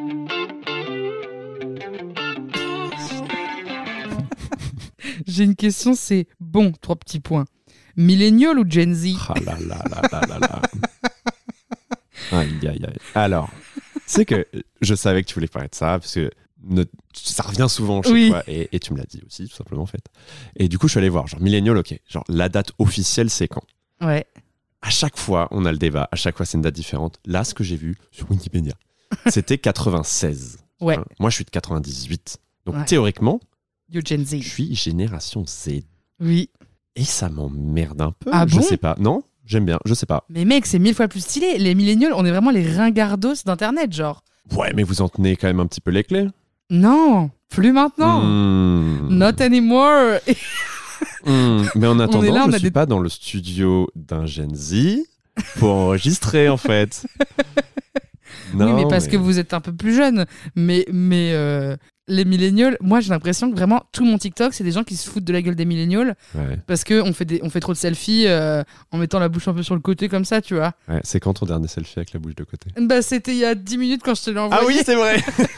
J'ai une question, c'est bon, trois petits points. Millennial ou Gen Z? Ah là là là là là là. Aïe, aïe, aïe. Alors, c'est que je savais que tu voulais parler de ça, parce que notre- ça revient souvent chez Oui. toi, et, et tu me l'as dit aussi, tout simplement, en fait. Et du coup, je suis allé voir, genre, millénial, ok, genre, la date officielle, c'est quand? Ouais. À chaque fois, on a le débat, à chaque fois, c'est une date différente. Là, ce que j'ai vu sur Wikipédia, c'était quatre-vingt-seize. Ouais. Hein, moi, je suis de quatre-vingt-dix-huit. Donc, Ouais. théoriquement, You Gen Z. je suis génération Z. Oui. Et ça m'emmerde un peu. Ah je bon sais pas. Non, j'aime bien, je sais pas. Mais mec, c'est mille fois plus stylé. Les millennials, on est vraiment les ringardos d'internet, genre. Ouais, mais vous en tenez quand même un petit peu les clés. Non, plus maintenant. Hmm. Not anymore. Hmm. Mais en attendant, là, on je a suis des- pas dans le studio d'un Gen Z pour enregistrer, en fait. oui, mais parce que vous êtes un peu plus jeune. Mais, mais euh, les millennials, moi j'ai l'impression que vraiment tout mon TikTok, c'est des gens qui se foutent de la gueule des millennials Ouais, parce qu'on fait, des- on fait trop de selfies euh, en mettant la bouche un peu sur le côté comme ça, tu vois. ouais. C'est quand ton dernier selfie avec la bouche de côté? Bah, c'était il y a dix minutes quand je te l'ai envoyé. c'est vrai.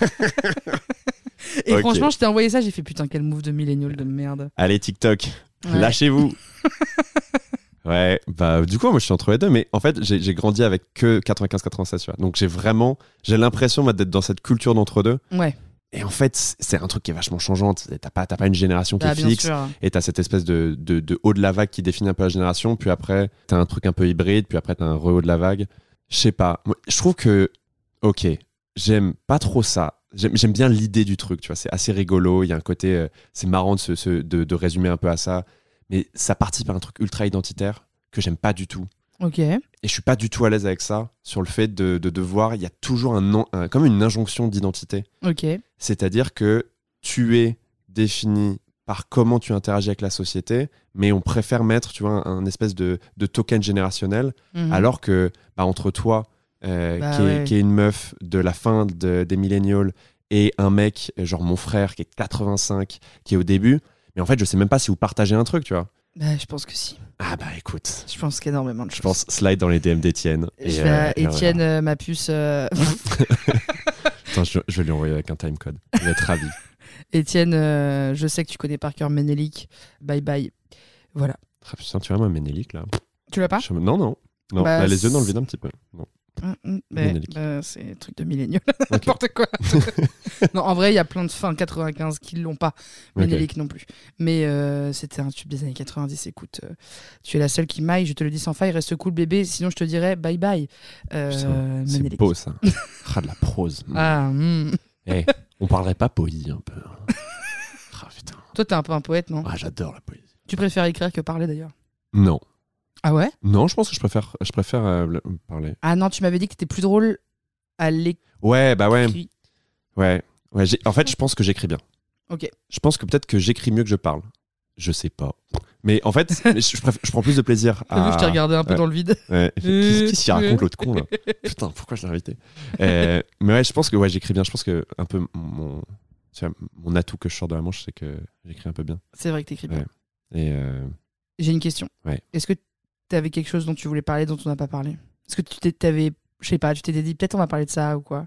Et Ok. franchement, je t'ai envoyé ça, j'ai fait putain, quel move de millennial de merde. Allez, TikTok, Ouais. lâchez-vous. Ouais, bah du coup moi je suis entre les deux, mais en fait j'ai j'ai grandi avec que quatre-vingt-quinze quatre-vingt-seize, tu vois. Donc j'ai vraiment, j'ai l'impression moi, d'être dans cette culture d'entre deux. Ouais, Et en fait c'est- c'est un truc qui est vachement changeant. T'as pas, t'as pas une génération qui bah, est bien fixe. sûr. Et t'as cette espèce de, de, de haut de la vague qui définit un peu la génération, puis après t'as un truc un peu hybride, puis après t'as un re-haut de la vague. Je sais pas, moi, je trouve que, ok, j'aime pas trop ça. J'aime j'aime bien l'idée du truc, tu vois, c'est assez rigolo, il y a un côté, euh, c'est marrant de, se, se- de, de résumer un peu à ça, mais ça participe à un truc ultra identitaire que j'aime pas du tout. Ok. Et je suis pas du tout à l'aise avec ça, sur le fait de, de devoir, il y a toujours un, an- un- comme une injonction d'identité. Ok. C'est-à-dire que tu es défini par comment tu interagis avec la société, mais on préfère mettre, tu vois, un, un espèce de, de token générationnel, Mhm. alors que bah, entre toi, euh, Bah qui, est, ouais. qui est une meuf de la fin de- des millennials, et un mec, genre mon frère, qui est quatre-vingt-cinq, qui est au début, mais en fait, je sais même pas si vous partagez un truc, tu vois. Bah, je pense que si. Ah bah écoute, Je pense qu'énormément de choses. je pense slide dans les D M d'Étienne. Je et, vais euh, à et Étienne, voilà. euh, ma puce. euh, Attends, je, je vais lui envoyer avec un timecode. Il va être ravi. Étienne, euh, je sais que tu connais par cœur Ménélique. Bye bye. Voilà. Ah, putain, tu vois ma Ménélique là. Tu l'as pas? Je- Non, non. Non, Bah, elle a les yeux dans le c'est- vide un petit peu. Non. Hum, hum, mais, Ménélique. bah, c'est un truc de milléniaux. Ok. N'importe quoi. Non, en vrai, il y a plein de fins quatre-vingt-quinze qui l'ont pas. Ménélique non plus. Mais euh, c'était un tube des années quatre-vingt-dix. Écoute, euh, tu es la seule qui m'aille. Je te le dis sans faille. Reste cool, bébé. Sinon, je te dirais bye bye. Euh, Putain, c'est Ménélique. beau ça. Ah, de la prose. Ah, hum. Eh, on parlerait pas poésie un peu. hein. Ah putain. Toi, t'es un peu un poète, non? Ah, j'adore la poésie. Tu préfères écrire que parler d'ailleurs? Non. Ah ouais? Non, je pense que je préfère, je préfère euh, le- parler. Ah non, tu m'avais dit que t'étais plus drôle à l'écrit. Ouais, bah ouais. Ouais. ouais j'ai- en fait, je pense que j'écris bien. Ok. Je pense que peut-être que j'écris mieux que je parle. Je sais pas. Mais en fait, je, je préfère- je prends plus de plaisir T'as vu, à. je t'ai regardé un peu ouais. dans le vide. Ouais. Qu'est-ce qu'est-ce qu'il raconte l'autre con là? Putain, pourquoi je l'ai invité? Euh, Mais ouais, je pense que ouais, j'écris bien. Je pense que un peu mon, tu vois, mon atout que je sors de la manche, c'est que j'écris un peu bien. C'est vrai que t'écris bien. Ouais. Et euh, J'ai une question. Ouais. Est-ce que t'avais quelque chose dont tu voulais parler dont on n'a pas parlé? Est-ce que tu t'es- t'avais, je sais pas, tu t'étais dit peut-être on va parler de ça ou quoi?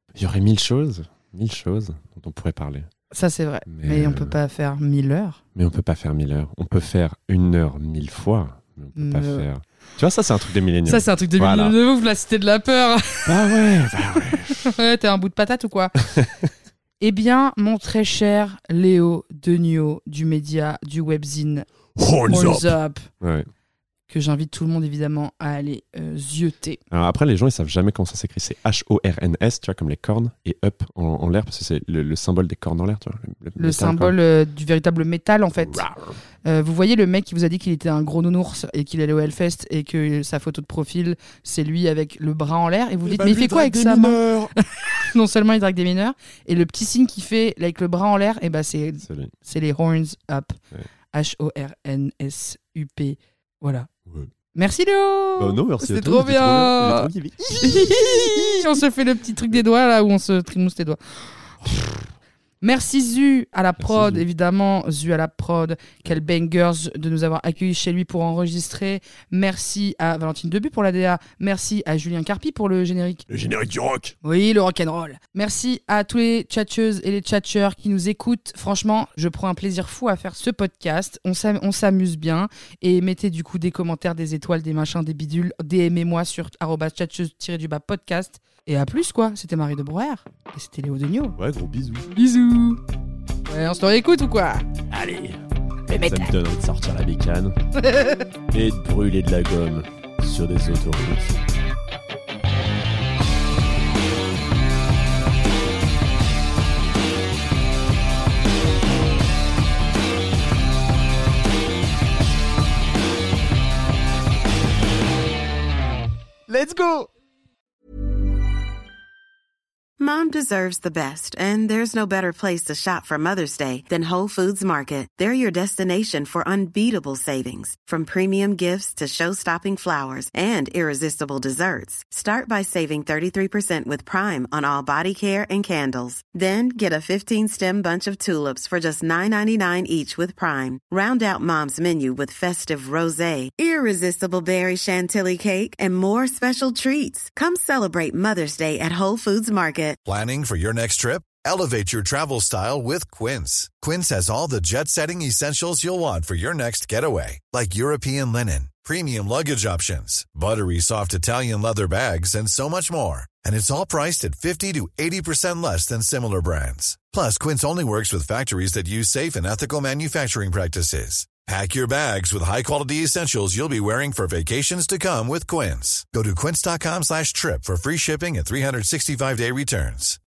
Il y aurait mille choses, mille choses dont on pourrait parler. Ça, c'est vrai. Mais, Mais on euh, peut pas faire mille heures. Mais on peut pas faire mille heures. On peut faire une heure mille fois, mais on peut pas Euh. faire... Tu vois, ça, c'est un truc des milléniaux. Ça, c'est un truc de Voilà. milieu de ouf, la cité de la peur. Bah ouais, bah ouais. Ouais, t'es un bout de patate ou quoi? Eh bien, mon très cher Léo Denio du média, du webzine Horns Up, Ouais. que j'invite tout le monde évidemment à aller euh, zioter. Alors après, les gens, ils savent jamais comment ça s'écrit. C'est H O R N S, tu vois, comme les cornes, et up en, en l'air, parce que c'est le, le symbole des cornes en l'air, tu vois. Le, Le métal, symbole euh, du véritable métal, en fait. quoi. Rawr. Euh, vous voyez le mec qui vous a dit qu'il était un gros nounours et qu'il allait au Hellfest et que sa photo de profil, c'est lui avec le bras en l'air. Et vous vous Eh dites, ben, mais il lui, fait quoi drague avec des sa main? mineurs. Non seulement il drague des mineurs, et le petit signe qu'il fait avec le bras en l'air, et ben c'est, C'est lui. c'est les Horns Up. Ouais. H O R N S U P. Voilà. Ouais. Merci Léo. Bah non, merci C'était à toi, trop c'était bien. J'ai trop kiffé. On se fait le petit truc des doigts là où on se trimousse les doigts. Merci Zu à la prod, Zu. évidemment. Zu à la prod. Quel bangers de nous avoir accueillis chez lui pour enregistrer. Merci à Valentine Debu pour la D A. Merci à Julien Carpi pour le générique. Le générique du rock. Oui, le rock'n'roll. Merci à tous les tchatcheuses et les tchatcheurs qui nous écoutent. Franchement, je prends un plaisir fou à faire ce podcast. On, s'am- on s'amuse bien. Et mettez du coup des commentaires, des étoiles, des machins, des bidules. D M-moi sur arobase tchatcheuse-du-bas podcast. Et à plus, quoi. C'était Marie de Brouwer. Et c'était Léo Denio. Ouais, gros bisous. Bisous. Ouais, on se réécoute ou quoi? Allez. Ça me donne envie de sortir la bécane et de brûler de la gomme sur des autoroutes. Let's go! Mom deserves the best, and there's no better place to shop for Mother's Day than Whole Foods Market. They're your destination for unbeatable savings, from premium gifts to show-stopping flowers and irresistible desserts. Start by saving thirty-three percent with Prime on all body care and candles. Then get a fifteen-stem bunch of tulips for just nine ninety-nine each with Prime. Round out Mom's menu with festive rosé, irresistible berry chantilly cake, and more special treats. Come celebrate Mother's Day at Whole Foods Market. Planning for your next trip? Elevate your travel style with Quince. Quince has all the jet-setting essentials you'll want for your next getaway, like European linen, premium luggage options, buttery soft Italian leather bags, and so much more. And it's all priced at fifty to eighty percent less than similar brands. Plus, Quince only works with factories that use safe and ethical manufacturing practices. Pack your bags with high-quality essentials you'll be wearing for vacations to come with Quince. Go to quince.com slash trip for free shipping and three sixty-five day returns.